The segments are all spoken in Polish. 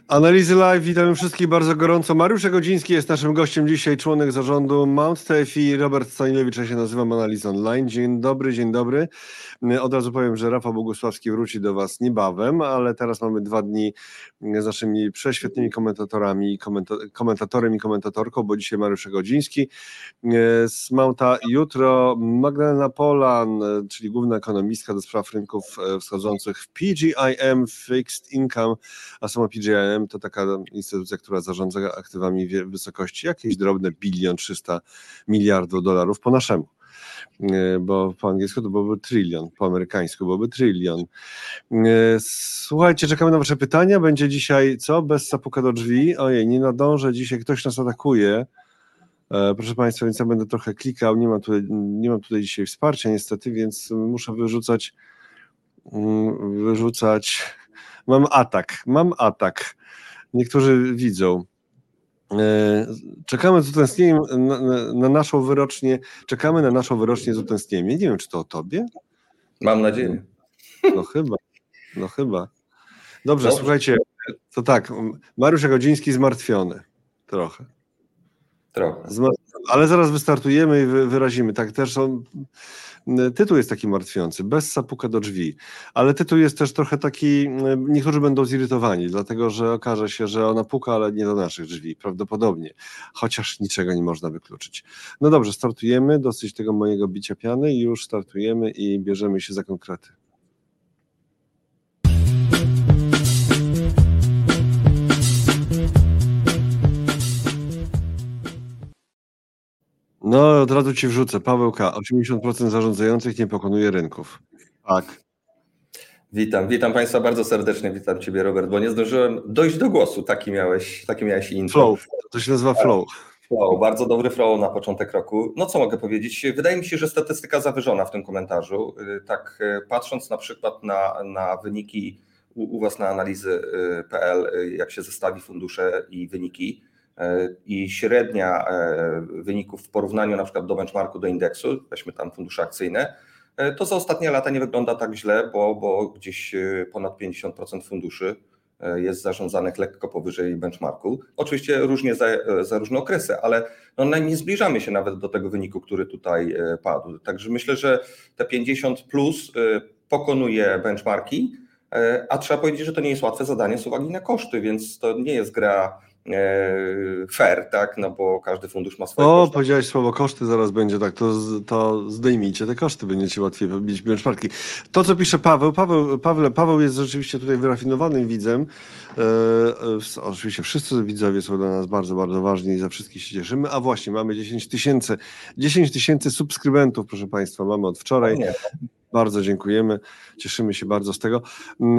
Analizy Live, witamy wszystkich bardzo gorąco. Mariusz Jagodziński jest naszym gościem dzisiaj, członek zarządu Mount TFI. Robert Stanilewicz, ja się nazywam Analiz Online. Dzień dobry, dzień dobry. Od razu powiem, że Rafał Bogusławski wróci do Was niebawem, ale teraz mamy 2 dni z naszymi prześwietnymi komentatorami, komentatorem i komentatorką, bo dzisiaj Mariusz Jagodziński z Mounta. Jutro Magdalena Polan, czyli główna ekonomistka do spraw rynków wschodzących w PGIM, Fixed Income, a samo PGIM to taka instytucja, która zarządza aktywami w wysokości jakieś drobne 1 300 miliardów dolarów po naszemu. Bo po angielsku to byłoby trylion, po amerykańsku byłoby trylion. Słuchajcie, czekamy na wasze pytania. Będzie dzisiaj co? Bez zapuka do drzwi. Ojej, nie nadążę, dzisiaj ktoś nas atakuje. Proszę Państwa, więc ja będę trochę klikał. Nie mam tutaj dzisiaj wsparcia niestety, więc muszę wyrzucać. Mam atak. Niektórzy widzą. Czekamy z utęsknieniem na naszą wyrocznię. Czekamy na naszą wyrocznię z utęsknieniem. Nie wiem, czy to o tobie? Mam nadzieję. No chyba. Dobrze, słuchajcie, to tak, Mariusz Jagodziński zmartwiony. Trochę. Ale zaraz wystartujemy i wyrazimy. Tak też tytuł jest taki martwiący, bez zapuka do drzwi, ale tytuł jest też trochę taki, niektórzy będą zirytowani, dlatego że okaże się, że ona puka, ale nie do naszych drzwi, prawdopodobnie, chociaż niczego nie można wykluczyć. No dobrze, startujemy, dosyć tego mojego bicia piany i już startujemy i bierzemy się za konkrety. No, od razu ci wrzucę. Paweł K. 80% zarządzających nie pokonuje rynków. Tak. Witam Państwa bardzo serdecznie. Witam Ciebie, Robert, bo nie zdążyłem dojść do głosu. Taki miałeś intro. Flow. To się nazywa flow. Flow. Bardzo dobry flow na początek roku. No co mogę powiedzieć? Wydaje mi się, że statystyka zawyżona w tym komentarzu. Tak patrząc na przykład na wyniki u Was na analizy.pl, jak się zestawi fundusze i wyniki, i średnia wyników w porównaniu na przykład do benchmarku, do indeksu, weźmy tam fundusze akcyjne, to za ostatnie lata nie wygląda tak źle, bo gdzieś ponad 50% funduszy jest zarządzanych lekko powyżej benchmarku. Oczywiście różnie za różne okresy, ale nie zbliżamy się nawet do tego wyniku, który tutaj padł. Także myślę, że te 50 plus pokonuje benchmarki, a trzeba powiedzieć, że to nie jest łatwe zadanie z uwagi na koszty, więc to nie jest gra fair, tak, no bo każdy fundusz ma swoje koszty. Powiedziałeś słowo koszty, zaraz będzie tak, to zdejmijcie te koszty, będziecie łatwiej bić benchmarki. To, co pisze Paweł jest rzeczywiście tutaj wyrafinowanym widzem. Oczywiście wszyscy widzowie są dla nas bardzo, bardzo ważni i za wszystkich się cieszymy, a właśnie mamy 10 tysięcy subskrybentów, proszę Państwa, mamy od wczoraj. Bardzo dziękujemy, cieszymy się bardzo z tego,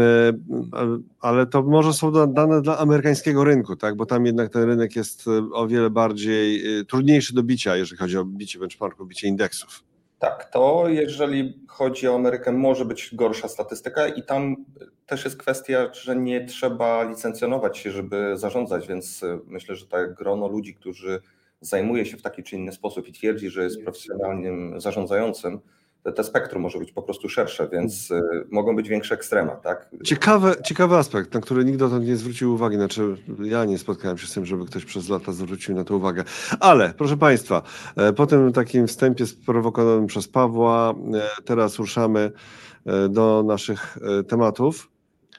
ale to może są dane dla amerykańskiego rynku, tak? Bo tam jednak ten rynek jest o wiele bardziej trudniejszy do bicia, jeżeli chodzi o bicie benchmarku, bicie indeksów. Tak, to jeżeli chodzi o Amerykę, może być gorsza statystyka i tam też jest kwestia, że nie trzeba licencjonować się, żeby zarządzać, więc myślę, że tak grono ludzi, którzy zajmuje się w taki czy inny sposób i twierdzi, że jest profesjonalnym zarządzającym, te spektrum może być po prostu szersze, więc mogą być większe ekstrema, tak? Ciekawy aspekt, na który nikt dotąd nie zwrócił uwagi, znaczy ja nie spotkałem się z tym, żeby ktoś przez lata zwrócił na to uwagę. Ale proszę Państwa, po tym takim wstępie sprowokowanym przez Pawła, teraz ruszamy do naszych tematów.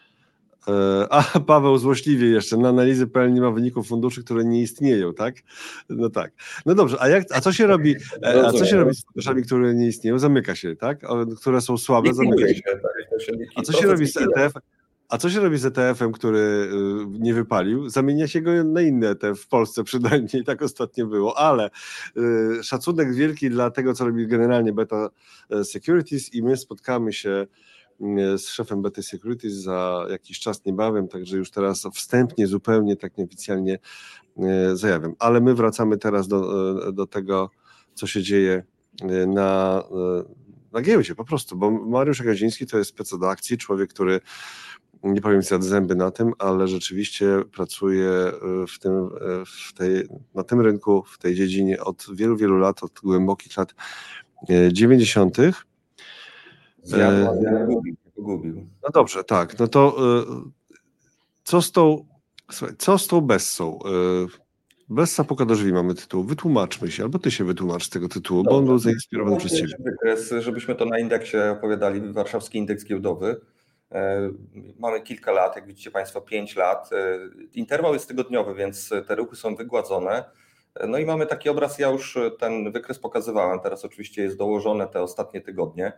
A Paweł złośliwie jeszcze, na analizy.pl nie ma wyników funduszy, które nie istnieją, tak? No tak. No dobrze, a co się robi z funduszami, które nie istnieją? Zamyka się, tak? Które są słabe, zamyka się. A co się robi z ETF? A co się robi z ETF-em, który nie wypalił? Zamienia się go na inny ETF w Polsce przynajmniej, tak ostatnio było, ale szacunek wielki dla tego, co robi generalnie Beta Securities i my spotkamy się z szefem Beta Securities za jakiś czas niebawem, także już teraz wstępnie, zupełnie tak nieoficjalnie zajawiam. Ale my wracamy teraz do tego, co się dzieje na giełdzie po prostu, bo Mariusz Jagodziński to jest spec od akcji, człowiek, który nie powiem zjadł zęby na tym, ale rzeczywiście pracuje na tym rynku, w tej dziedzinie od wielu, wielu lat, od głębokich lat 90. Gubił. No dobrze, tak. No to co z tą Słuchaj, co z tą Bessą? Bessa puka do drzwi, mamy tytuł. Wytłumaczmy się, albo ty się wytłumacz z tego tytułu, bo on Dobrze. był zainspirowany przez ciebie. Wykres, żebyśmy to na indeksie opowiadali, warszawski indeks giełdowy. Mamy kilka lat, jak widzicie Państwo, 5 lat. Interwał jest tygodniowy, więc te ruchy są wygładzone. No i mamy taki obraz, ja już ten wykres pokazywałem, teraz oczywiście jest dołożone te ostatnie tygodnie.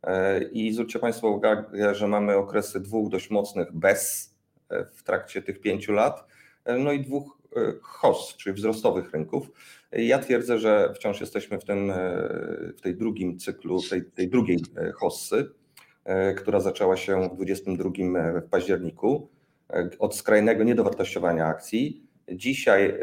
I zwróćcie Państwo uwagę, że mamy okresy dwóch dość mocnych bez w trakcie tych 5 lat, no i dwóch hoss, czyli wzrostowych rynków. Ja twierdzę, że wciąż jesteśmy w tej drugim cyklu, tej drugiej hossy, która zaczęła się w 22 październiku od skrajnego niedowartościowania akcji. Dzisiaj,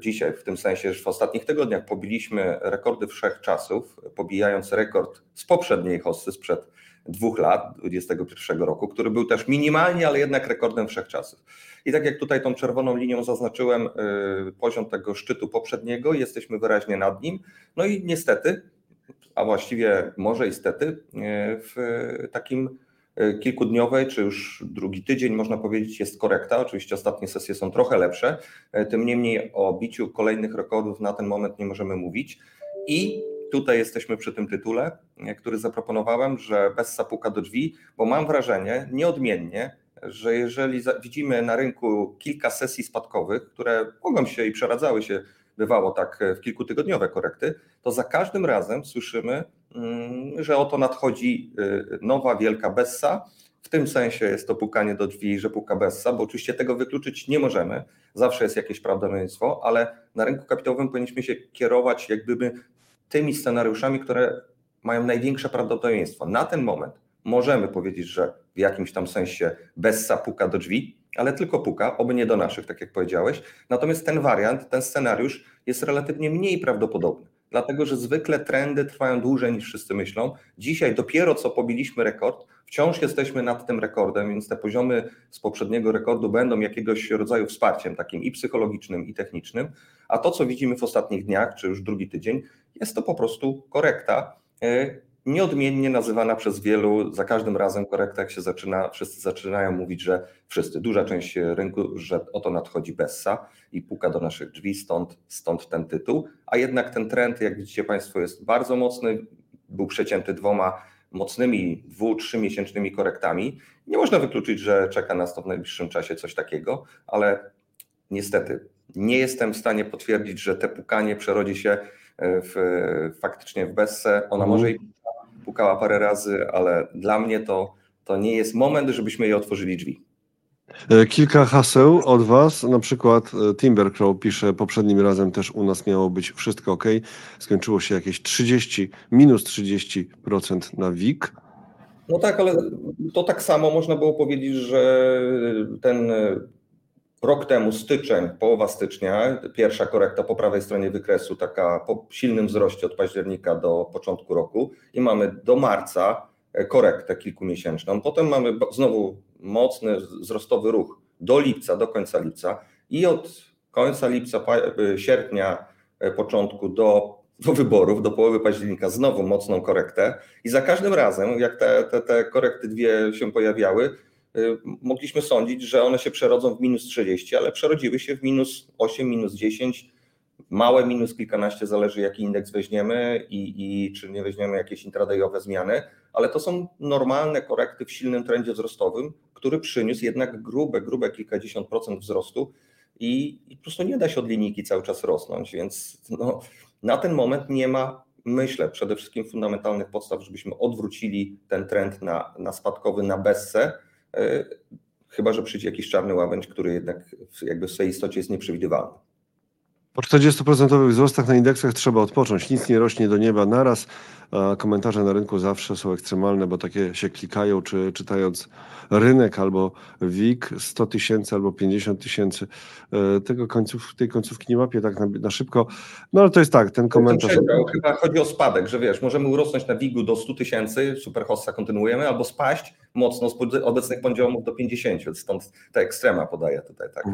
w tym sensie, że w ostatnich tygodniach pobiliśmy rekordy wszechczasów, pobijając rekord z poprzedniej hossy sprzed 2 lat, 2021 roku, który był też minimalnie, ale jednak rekordem wszechczasów. I tak jak tutaj tą czerwoną linią zaznaczyłem poziom tego szczytu poprzedniego, jesteśmy wyraźnie nad nim. No i niestety, a właściwie może i stety, w takim kilkudniowej, czy już drugi tydzień można powiedzieć, jest korekta. Oczywiście ostatnie sesje są trochę lepsze, tym niemniej o biciu kolejnych rekordów na ten moment nie możemy mówić. I tutaj jesteśmy przy tym tytule, który zaproponowałem, że Bessa puka do drzwi, bo mam wrażenie, nieodmiennie, że jeżeli widzimy na rynku kilka sesji spadkowych, które mogą się i przeradzały się, bywało tak w kilkutygodniowe korekty, to za każdym razem słyszymy, że oto nadchodzi nowa wielka Bessa. W tym sensie jest to pukanie do drzwi, że puka Bessa, bo oczywiście tego wykluczyć nie możemy. Zawsze jest jakieś prawdopodobieństwo, ale na rynku kapitałowym powinniśmy się kierować jak gdyby tymi scenariuszami, które mają największe prawdopodobieństwo. Na ten moment możemy powiedzieć, że w jakimś tam sensie Bessa puka do drzwi, ale tylko puka, oby nie do naszych, tak jak powiedziałeś. Natomiast ten wariant, ten scenariusz jest relatywnie mniej prawdopodobny, dlatego że zwykle trendy trwają dłużej niż wszyscy myślą. Dzisiaj dopiero co pobiliśmy rekord, wciąż jesteśmy nad tym rekordem, więc te poziomy z poprzedniego rekordu będą jakiegoś rodzaju wsparciem, takim i psychologicznym, i technicznym, a to, co widzimy w ostatnich dniach, czy już drugi tydzień, jest to po prostu korekta, nieodmiennie nazywana przez wielu, za każdym razem korekta, jak się zaczyna, wszyscy zaczynają mówić, że duża część rynku, że oto nadchodzi Bessa i puka do naszych drzwi, stąd ten tytuł, a jednak ten trend, jak widzicie Państwo, jest bardzo mocny, był przecięty dwoma mocnymi 2-3 miesięcznymi korektami. Nie można wykluczyć, że czeka nas to w najbliższym czasie coś takiego, ale niestety nie jestem w stanie potwierdzić, że te pukanie przerodzi się faktycznie w Bessę. Ona może i pukała parę razy, ale dla mnie to nie jest moment, żebyśmy jej otworzyli drzwi. Kilka haseł od Was, na przykład Timbercrow pisze, poprzednim razem też u nas miało być wszystko ok, skończyło się jakieś minus 30% na WIG. No tak, ale to tak samo można było powiedzieć, że ten rok temu, styczeń, połowa stycznia, pierwsza korekta po prawej stronie wykresu, taka po silnym wzroście od października do początku roku i mamy do marca korektę kilkumiesięczną. Potem mamy znowu mocny wzrostowy ruch do lipca, do końca lipca i od końca lipca, sierpnia, początku do wyborów, do połowy października znowu mocną korektę i za każdym razem, jak te korekty dwie się pojawiały, mogliśmy sądzić, że one się przerodzą w minus 30, ale przerodziły się w minus 8, minus 10, małe minus kilkanaście, zależy jaki indeks weźmiemy i czy nie weźmiemy jakieś intradayowe zmiany, ale to są normalne korekty w silnym trendzie wzrostowym, który przyniósł jednak grube kilkadziesiąt procent wzrostu i po prostu nie da się od linijki cały czas rosnąć, więc no, na ten moment nie ma, myślę, przede wszystkim fundamentalnych podstaw, żebyśmy odwrócili ten trend na spadkowy, na Bessę, chyba że przyjdzie jakiś czarny łabędź, który jednak jakby w swojej istocie jest nieprzewidywalny. Po 40% wzrostach na indeksach trzeba odpocząć. Nic nie rośnie do nieba naraz. A komentarze na rynku zawsze są ekstremalne, bo takie się klikają, czy czytając rynek albo WIG 100 tysięcy albo 50 tysięcy. Tej końcówki nie łapię tak na szybko. No ale to jest tak, ten komentarz. Chyba chodzi o spadek, że wiesz, możemy urosnąć na WIG-u do 100 tysięcy, super hossa kontynuujemy, albo spaść mocno z obecnych poziomów do 50, stąd ta ekstrema podaję tutaj. Tak.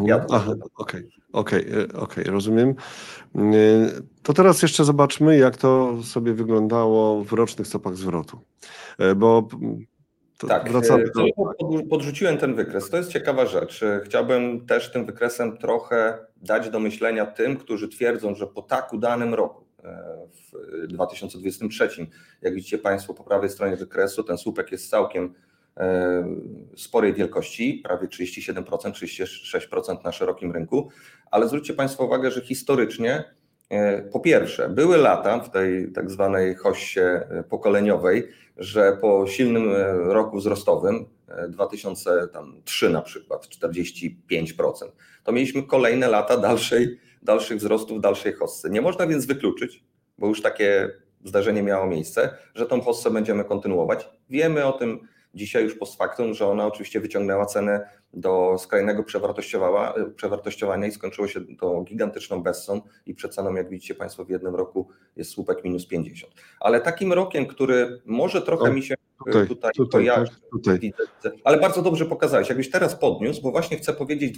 Okej, rozumiem. To teraz jeszcze zobaczmy, jak to sobie wyglądało w rocznych stopach zwrotu. Bo To Tak, wracamy do... podrzuciłem ten wykres. To jest ciekawa rzecz. Chciałbym też tym wykresem trochę dać do myślenia tym, którzy twierdzą, że po tak udanym roku, w 2023, jak widzicie Państwo po prawej stronie wykresu, ten słupek jest całkiem sporej wielkości, prawie 37%, 36% na szerokim rynku, ale zwróćcie Państwo uwagę, że historycznie po pierwsze, były lata w tej tak zwanej hossie pokoleniowej, że po silnym roku wzrostowym, 2003 na przykład, 45%, to mieliśmy kolejne lata dalszych wzrostów, dalszej hossy. Nie można więc wykluczyć, bo już takie zdarzenie miało miejsce, że tą hossę będziemy kontynuować. Wiemy o tym dzisiaj już post factum, że ona oczywiście wyciągnęła cenę do skrajnego przewartościowania i skończyło się to gigantyczną bessą i przeceną, jak widzicie Państwo, w jednym roku jest słupek minus 50. Ale takim rokiem, który może trochę mi się tutaj kojarzy, ale bardzo dobrze pokazałeś, jakbyś teraz podniósł, bo właśnie chcę powiedzieć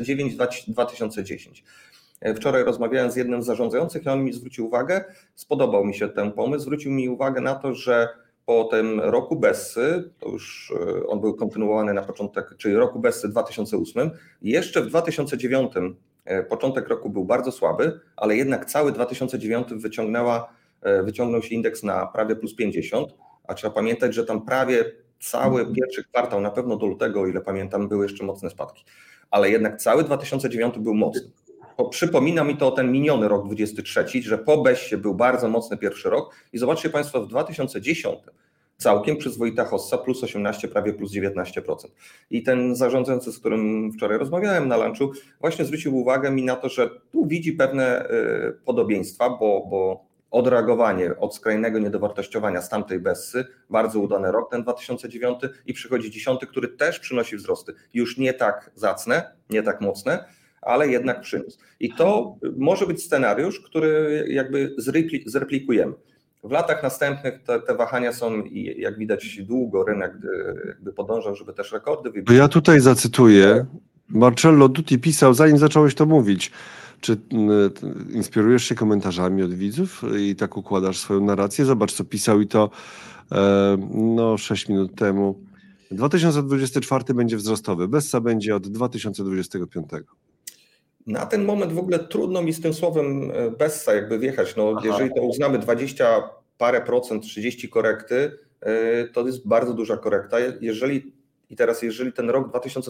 2009-2010. Wczoraj rozmawiałem z jednym z zarządzających i on mi zwrócił uwagę, spodobał mi się ten pomysł, zwrócił mi uwagę na to, że po tym roku Bessy, to już on był kontynuowany na początek, czyli roku Bessy 2008, jeszcze w 2009 początek roku był bardzo słaby, ale jednak cały 2009 wyciągnął się indeks na prawie plus 50, a trzeba pamiętać, że tam prawie cały pierwszy kwartał, na pewno do lutego, o ile pamiętam, były jeszcze mocne spadki, ale jednak cały 2009 był mocny. Przypomina mi to ten miniony rok 23, że po Bessie był bardzo mocny pierwszy rok i zobaczcie Państwo, w 2010 całkiem przyzwoita hossa plus 18, prawie plus 19%. I ten zarządzający, z którym wczoraj rozmawiałem na lunchu, właśnie zwrócił uwagę mi na to, że tu widzi pewne podobieństwa, bo odreagowanie od skrajnego niedowartościowania z tamtej Bessy, bardzo udany rok ten 2009 i przychodzi 10, który też przynosi wzrosty. Już nie tak zacne, nie tak mocne, ale jednak przyniósł. I to może być scenariusz, który jakby zreplikujemy. W latach następnych te wahania są, jak widać, długo rynek jakby podążał, żeby też rekordy wybić. Ja tutaj zacytuję. Marcello Dutti pisał, zanim zacząłeś to mówić, czy inspirujesz się komentarzami od widzów i tak układasz swoją narrację? Zobacz, co pisał i to 6 minut temu. 2024 będzie wzrostowy, Bessa będzie od 2025. Na ten moment w ogóle trudno mi z tym słowem Bessa jakby wjechać. No, jeżeli to uznamy 20 parę procent, 30 korekty, to jest bardzo duża korekta. Jeżeli ten rok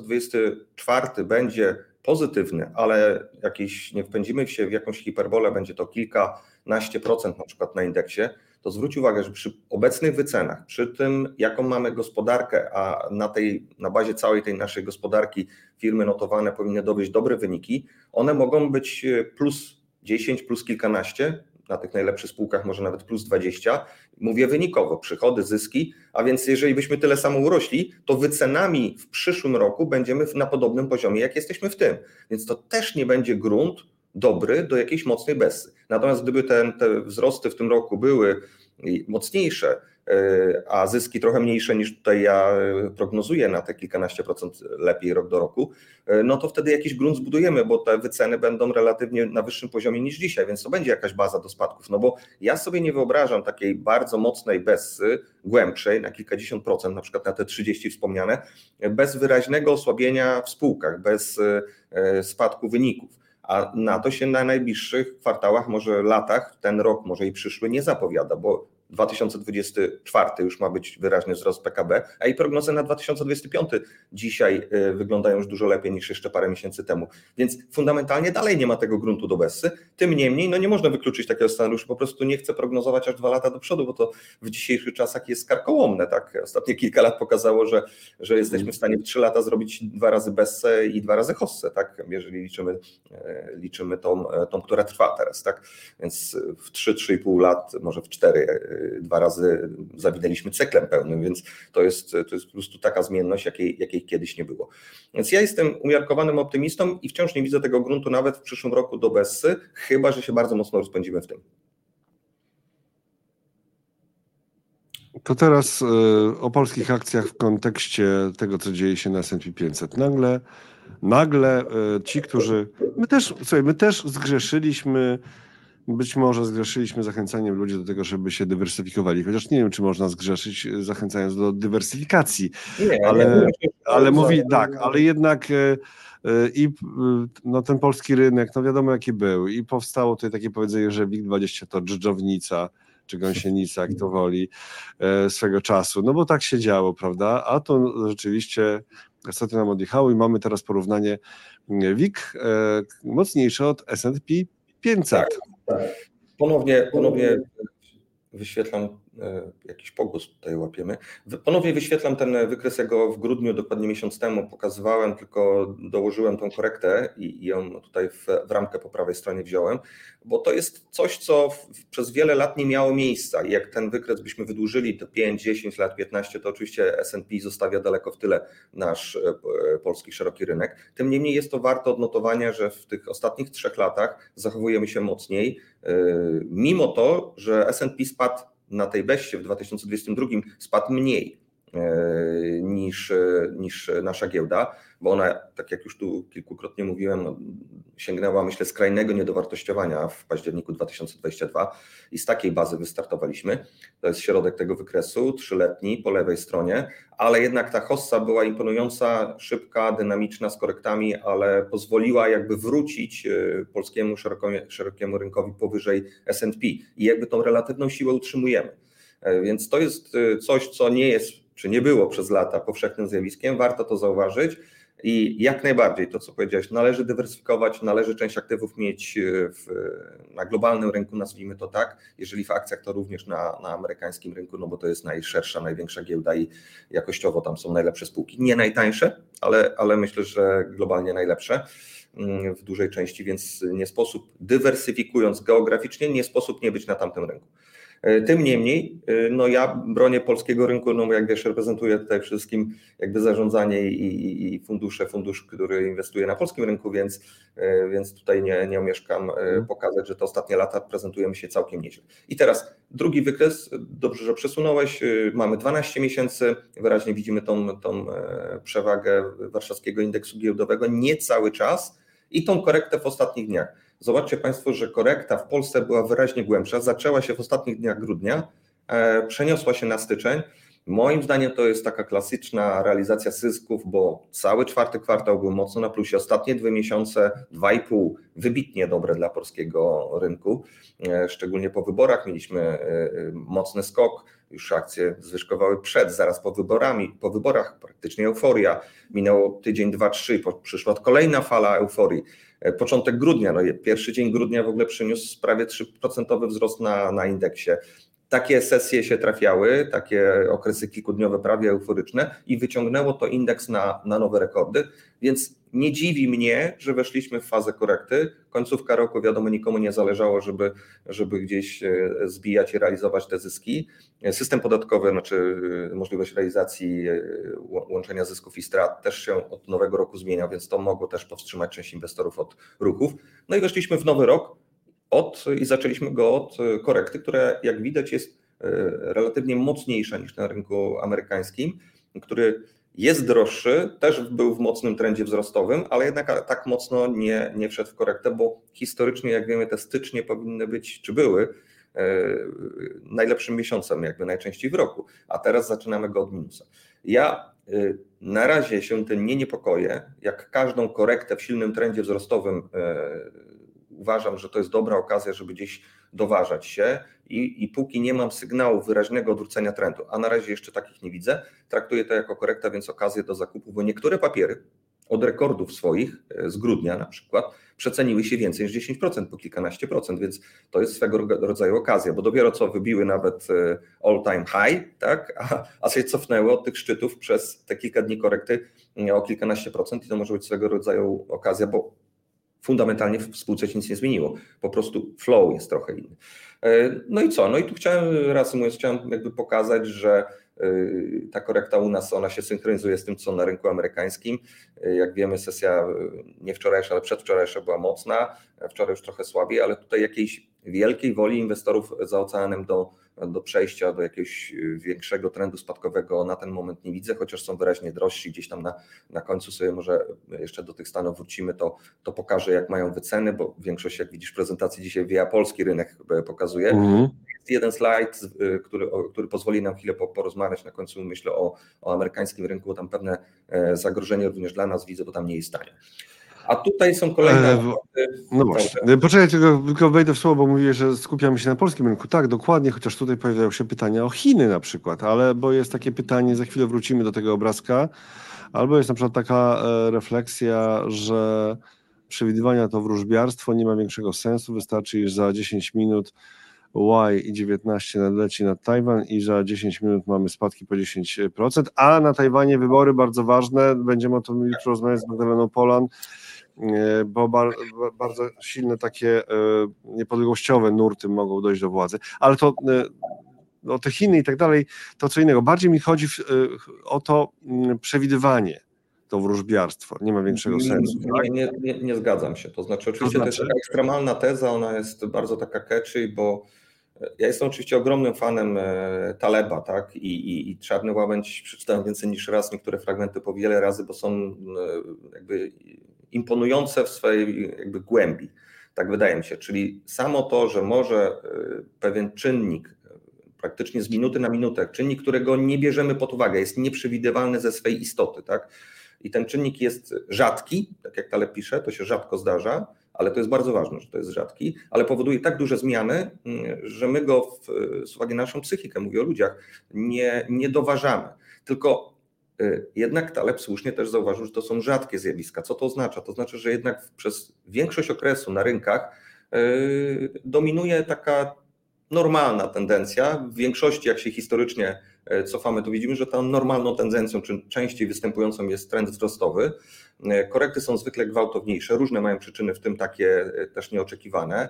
2024 będzie pozytywny, ale nie wpędzimy się w jakąś hiperbolę, będzie to kilkanaście procent na przykład na indeksie, to zwróć uwagę, że przy obecnych wycenach, przy tym jaką mamy gospodarkę, a na bazie całej tej naszej gospodarki firmy notowane powinny dowieść dobre wyniki, one mogą być plus 10, plus kilkanaście, na tych najlepszych spółkach może nawet plus 20. Mówię wynikowo, przychody, zyski, a więc jeżeli byśmy tyle samo urośli, to wycenami w przyszłym roku będziemy na podobnym poziomie, jak jesteśmy w tym. Więc to też nie będzie grunt dobry do jakiejś mocnej Bessy. Natomiast gdyby te wzrosty w tym roku były mocniejsze, a zyski trochę mniejsze niż tutaj ja prognozuję na te kilkanaście procent lepiej rok do roku, no to wtedy jakiś grunt zbudujemy, bo te wyceny będą relatywnie na wyższym poziomie niż dzisiaj, więc to będzie jakaś baza do spadków. No bo ja sobie nie wyobrażam takiej bardzo mocnej Bessy, głębszej, na kilkadziesiąt procent, na przykład na te 30 wspomniane, bez wyraźnego osłabienia w spółkach, bez spadku wyników. A na to się na najbliższych kwartałach, może latach, ten rok, może i przyszły nie zapowiada, bo 2024 już ma być wyraźny wzrost PKB, a i prognozy na 2025 dzisiaj wyglądają już dużo lepiej niż jeszcze parę miesięcy temu. Więc fundamentalnie dalej nie ma tego gruntu do Bessy. Tym niemniej nie można wykluczyć takiego scenariusza, po prostu nie chcę prognozować aż 2 lata do przodu, bo to w dzisiejszych czasach jest karkołomne. Tak? Ostatnie kilka lat pokazało, że jesteśmy w stanie w 3 lata zrobić 2 razy Bessę i 2 razy hossę, tak? Jeżeli liczymy tą, która trwa teraz. Tak? Więc w 3-3,5 lat, może w 4, 2 razy zawinęliśmy cyklem pełnym, więc to jest po prostu taka zmienność, jakiej kiedyś nie było. Więc ja jestem umiarkowanym optymistą i wciąż nie widzę tego gruntu nawet w przyszłym roku do Bessy, chyba że się bardzo mocno rozpędzimy w tym. To teraz o polskich akcjach w kontekście tego, co dzieje się na S&P 500. Nagle ci, którzy... My też zgrzeszyliśmy być może zgrzeszyliśmy zachęcaniem ludzi do tego, żeby się dywersyfikowali, chociaż nie wiem, czy można zgrzeszyć zachęcając do dywersyfikacji, Nie, ale, myślę, ale że mówi tak, ale jednak no ten polski rynek, no wiadomo jaki był i powstało tutaj takie powiedzenie, że WIG20 to dżdżownica, czy gąsienica, jak to woli, swego czasu, no bo tak się działo, prawda, a to rzeczywiście ostatnio nam odjechało i mamy teraz porównanie WIG mocniejsze od S&P tak, 500. tak. Ponownie wyświetlam, jakiś pogłos tutaj łapiemy. Ponownie wyświetlam ten wykres, ja go w grudniu, dokładnie miesiąc temu pokazywałem, tylko dołożyłem tą korektę i ją tutaj w ramkę po prawej stronie wziąłem, bo to jest coś, co przez wiele lat nie miało miejsca i jak ten wykres byśmy wydłużyli do 5, 10 lat, 15, to oczywiście S&P zostawia daleko w tyle nasz polski szeroki rynek. Tym niemniej jest to warte odnotowania, że w tych ostatnich 3 latach zachowujemy się mocniej, mimo to, że S&P spadł na tej beście w 2022 spadł mniej niż nasza giełda, bo ona, tak jak już tu kilkukrotnie mówiłem, no, sięgnęła, myślę, skrajnego niedowartościowania w październiku 2022 i z takiej bazy wystartowaliśmy. To jest środek tego wykresu, 3-letni po lewej stronie, ale jednak ta hossa była imponująca, szybka, dynamiczna, z korektami, ale pozwoliła jakby wrócić polskiemu szerokiemu rynkowi powyżej S&P i jakby tą relatywną siłę utrzymujemy. Więc to jest coś, co nie jest, czy nie było przez lata powszechnym zjawiskiem, warto to zauważyć i jak najbardziej to, co powiedziałeś, należy dywersyfikować, należy część aktywów mieć na globalnym rynku, nazwijmy to tak, jeżeli w akcjach, to również na amerykańskim rynku, no bo to jest najszersza, największa giełda i jakościowo tam są najlepsze spółki, nie najtańsze, ale myślę, że globalnie najlepsze w dużej części, więc nie sposób, dywersyfikując geograficznie, nie sposób nie być na tamtym rynku. Tym niemniej, no ja bronię polskiego rynku, no jak wiesz, reprezentuję tutaj wszystkim jakby zarządzanie i fundusz, który inwestuje na polskim rynku, więc tutaj nie omieszkam pokazać, że te ostatnie lata prezentujemy się całkiem nieźle. I teraz drugi wykres, dobrze, że przesunąłeś, mamy 12 miesięcy, wyraźnie widzimy tą przewagę warszawskiego indeksu giełdowego, nie cały czas i tą korektę w ostatnich dniach. Zobaczcie Państwo, że korekta w Polsce była wyraźnie głębsza, zaczęła się w ostatnich dniach grudnia, przeniosła się na styczeń. Moim zdaniem to jest taka klasyczna realizacja zysków, bo cały 4. kwartał był mocno na plusie, ostatnie 2 miesiące, 2,5 wybitnie dobre dla polskiego rynku, szczególnie po wyborach mieliśmy mocny skok, już akcje zwyżkowały zaraz po wyborach praktycznie euforia, minęło tydzień, 2, 3, przyszła kolejna fala euforii. Początek grudnia, no pierwszy dzień grudnia w ogóle przyniósł prawie 3% wzrost na indeksie. Takie sesje się trafiały, takie okresy kilkudniowe prawie euforyczne i wyciągnęło to indeks na nowe rekordy, więc nie dziwi mnie, że weszliśmy w fazę korekty. Końcówka roku, wiadomo, nikomu nie zależało, żeby gdzieś zbijać i realizować te zyski. System podatkowy, znaczy możliwość realizacji łączenia zysków i strat też się od nowego roku zmienia, więc to mogło też powstrzymać część inwestorów od ruchów. No i weszliśmy w nowy rok i zaczęliśmy go od korekty, która jak widać jest relatywnie mocniejsza niż na rynku amerykańskim, który jest droższy, też był w mocnym trendzie wzrostowym, ale jednak tak mocno nie wszedł w korektę, bo historycznie, jak wiemy, te stycznie powinny być, czy były, najlepszym miesiącem, jakby najczęściej w roku, a teraz zaczynamy go od minusa. Ja na razie się tym nie niepokoję, jak każdą korektę w silnym trendzie wzrostowym uważam, że to jest dobra okazja, żeby gdzieś doważać się i póki nie mam sygnału wyraźnego odwrócenia trendu, a na razie jeszcze takich nie widzę, traktuję to jako korekta, więc okazję do zakupu, bo niektóre papiery od rekordów swoich z grudnia na przykład przeceniły się więcej niż 10%, po kilkanaście procent, więc to jest swego rodzaju okazja, bo dopiero co wybiły nawet all time high, tak? a się cofnęły od tych szczytów przez te kilka dni korekty o kilkanaście procent i to może być swego rodzaju okazja, bo fundamentalnie w spółce się nic nie zmieniło. Po prostu flow jest trochę inny. No i co? No i tu chciałem jakby pokazać, że ta korekta u nas, ona się synchronizuje z tym, co na rynku amerykańskim. Jak wiemy, sesja nie wczorajsza, ale przedwczorajsza była mocna, wczoraj już trochę słabiej, ale tutaj jakiejś wielkiej woli inwestorów za oceanem do przejścia do jakiegoś większego trendu spadkowego na ten moment nie widzę, chociaż są wyraźnie drożsi. Gdzieś tam na końcu sobie może jeszcze do tych Stanów wrócimy, to pokażę, jak mają wyceny, bo większość, jak widzisz, prezentacji dzisiaj via polski rynek pokazuje. Jest jeden slajd, który pozwoli nam chwilę porozmawiać na końcu, myślę, o amerykańskim rynku, bo tam pewne zagrożenie również dla nas widzę, bo tam nie jest tanie. A tutaj są kolejne... No właśnie, poczekaj, tylko wejdę w słowo, bo mówię, że skupiamy się na polskim rynku. Tak, dokładnie, chociaż tutaj pojawiają się pytania o Chiny na przykład, ale bo jest takie pytanie, za chwilę wrócimy do tego obrazka, albo jest na przykład taka refleksja, że przewidywania to wróżbiarstwo, nie ma większego sensu, wystarczy, iż za 10 minut Y19 nadleci nad Tajwan i za 10 minut mamy spadki po 10%, a na Tajwanie wybory bardzo ważne, będziemy o tym jutro rozmawiać z Magdaleną Polan, bo bardzo silne takie niepodległościowe nurty mogą dojść do władzy, ale to o te Chiny i tak dalej, to co innego. Bardziej mi chodzi o to przewidywanie, to wróżbiarstwo, nie ma większego sensu. Tak? Nie zgadzam się, to znaczy oczywiście to jest taka ekstremalna teza, ona jest bardzo taka catchy, bo ja jestem oczywiście ogromnym fanem Taleba, tak? I Czarny Łabędź przeczytałem więcej niż raz, niektóre fragmenty po wiele razy, bo są jakby imponujące w swojej jakby głębi, tak wydaje mi się, czyli samo to, że może pewien czynnik, praktycznie z minuty na minutę, czynnik, którego nie bierzemy pod uwagę, jest nieprzewidywalny ze swej istoty, tak? I ten czynnik jest rzadki, tak jak Taleb pisze, to się rzadko zdarza, ale to jest bardzo ważne, że to jest rzadki, ale powoduje tak duże zmiany, że my go z uwagi na naszą psychikę, mówię o ludziach, nie doważamy. Tylko jednak Taleb słusznie też zauważył, że to są rzadkie zjawiska. Co to oznacza? To znaczy, że jednak przez większość okresu na rynkach dominuje taka normalna tendencja. W większości, jak się historycznie cofamy, to widzimy, że tą normalną tendencją, czy częściej występującą jest trend wzrostowy. Korekty są zwykle gwałtowniejsze, różne mają przyczyny, w tym takie też nieoczekiwane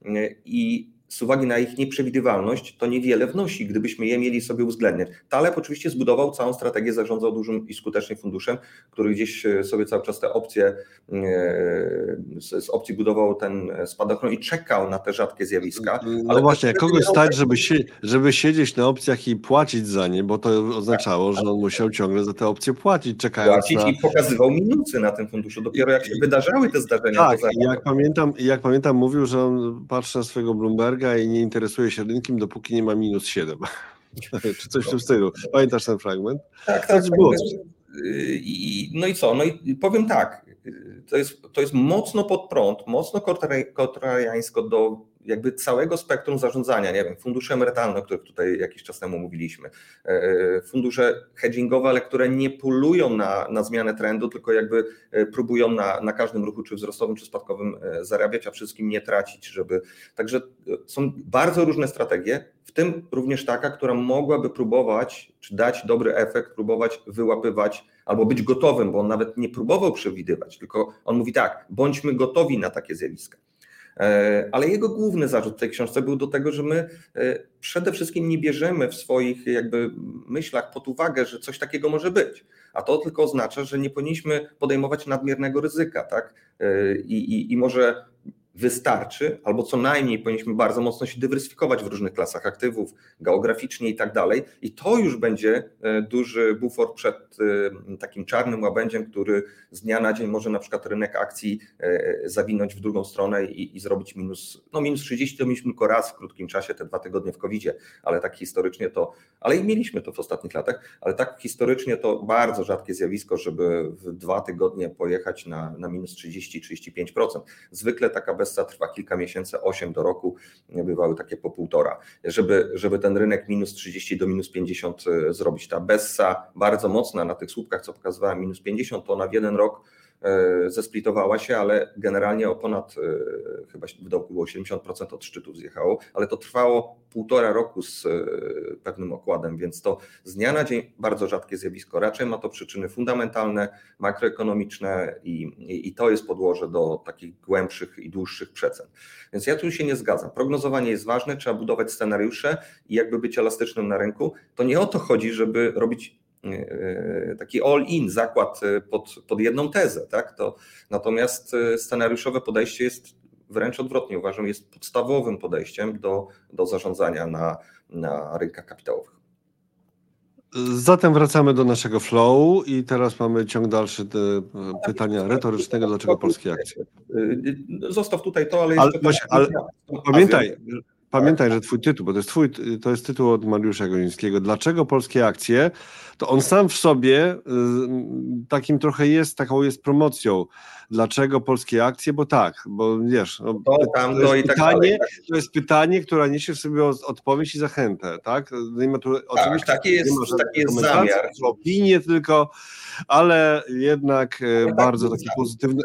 i z uwagi na ich nieprzewidywalność to niewiele wnosi, gdybyśmy je mieli sobie uwzględniać. Taleb oczywiście zbudował całą strategię, zarządzał dużym i skutecznym funduszem, który gdzieś sobie cały czas te opcje, z opcji budował ten spadochron i czekał na te rzadkie zjawiska. No właśnie, jak kogoś stać, żeby siedzieć na opcjach i płacić za nie, bo to oznaczało, że on musiał ciągle za te opcje płacić, czekając na... I pokazywał minusy na tym funduszu. Dopiero jak się wydarzały te zdarzenia... Tak, jak pamiętam, mówił, że on patrzy na swojego Bloomberga i nie interesuje się rynkiem, dopóki nie ma -7. Czy coś w tym stylu. Pamiętasz ten fragment? Tak. No i co? No i powiem tak, to jest mocno pod prąd, mocno kontrariańsko do jakby całego spektrum zarządzania, nie wiem, fundusze emerytalne, o których tutaj jakiś czas temu mówiliśmy, fundusze hedgingowe, ale które nie polują na zmianę trendu, tylko jakby próbują na każdym ruchu, czy wzrostowym, czy spadkowym zarabiać, a wszystkim nie tracić, Także są bardzo różne strategie, w tym również taka, która mogłaby próbować, czy dać dobry efekt, próbować wyłapywać, albo być gotowym, bo on nawet nie próbował przewidywać, tylko on mówi tak, bądźmy gotowi na takie zjawiska. Ale jego główny zarzut w tej książce był do tego, że my przede wszystkim nie bierzemy w swoich jakby myślach pod uwagę, że coś takiego może być. A to tylko oznacza, że nie powinniśmy podejmować nadmiernego ryzyka, tak? I może wystarczy, albo co najmniej powinniśmy bardzo mocno się dywersyfikować w różnych klasach aktywów, geograficznie i tak dalej. I to już będzie duży bufor przed takim czarnym łabędziem, który z dnia na dzień może na przykład rynek akcji zawinąć w drugą stronę i zrobić minus 30 to mieliśmy tylko raz w krótkim czasie, te 2 tygodnie w COVID-zie, ale tak historycznie to, ale i mieliśmy to w ostatnich latach, ale tak historycznie to bardzo rzadkie zjawisko, żeby w 2 tygodnie pojechać na minus 30-35%. Zwykle taka bessa trwa kilka miesięcy, 8 do roku, bywały takie po 1,5. Żeby ten rynek minus 30 do minus 50 zrobić. Ta bessa bardzo mocna na tych słupkach, co pokazywała minus 50, to ona w jeden rok zesplitowała się, ale generalnie o ponad, chyba w dołku było 70% od szczytów zjechało, ale to trwało 1,5 roku z pewnym okładem, więc to z dnia na dzień bardzo rzadkie zjawisko. Raczej ma to przyczyny fundamentalne, makroekonomiczne i to jest podłoże do takich głębszych i dłuższych przecen. Więc ja tu się nie zgadzam. Prognozowanie jest ważne, trzeba budować scenariusze i jakby być elastycznym na rynku. To nie o to chodzi, żeby robić taki all-in, zakład pod jedną tezę, tak? Natomiast scenariuszowe podejście jest wręcz odwrotnie, uważam, jest podstawowym podejściem do zarządzania na rynkach kapitałowych. Zatem wracamy do naszego flow i teraz mamy ciąg dalszy pytania retorycznego, dlaczego polskie akcje? Zostaw tutaj to, ale Ale, jeszcze... właśnie, ale pamiętaj, że twój tytuł, bo to jest tytuł od Mariusza Golińskiego. Dlaczego polskie akcje? To on sam w sobie takim trochę jest, taką jest promocją. Dlaczego polskie akcje? Bo tak, bo wiesz, to jest pytanie, które niesie w sobie odpowiedź i zachętę, tak? Nie ma tu, oczywiście taki jest zamiar. Opinie tylko, ale jednak bardzo taki pozytywny.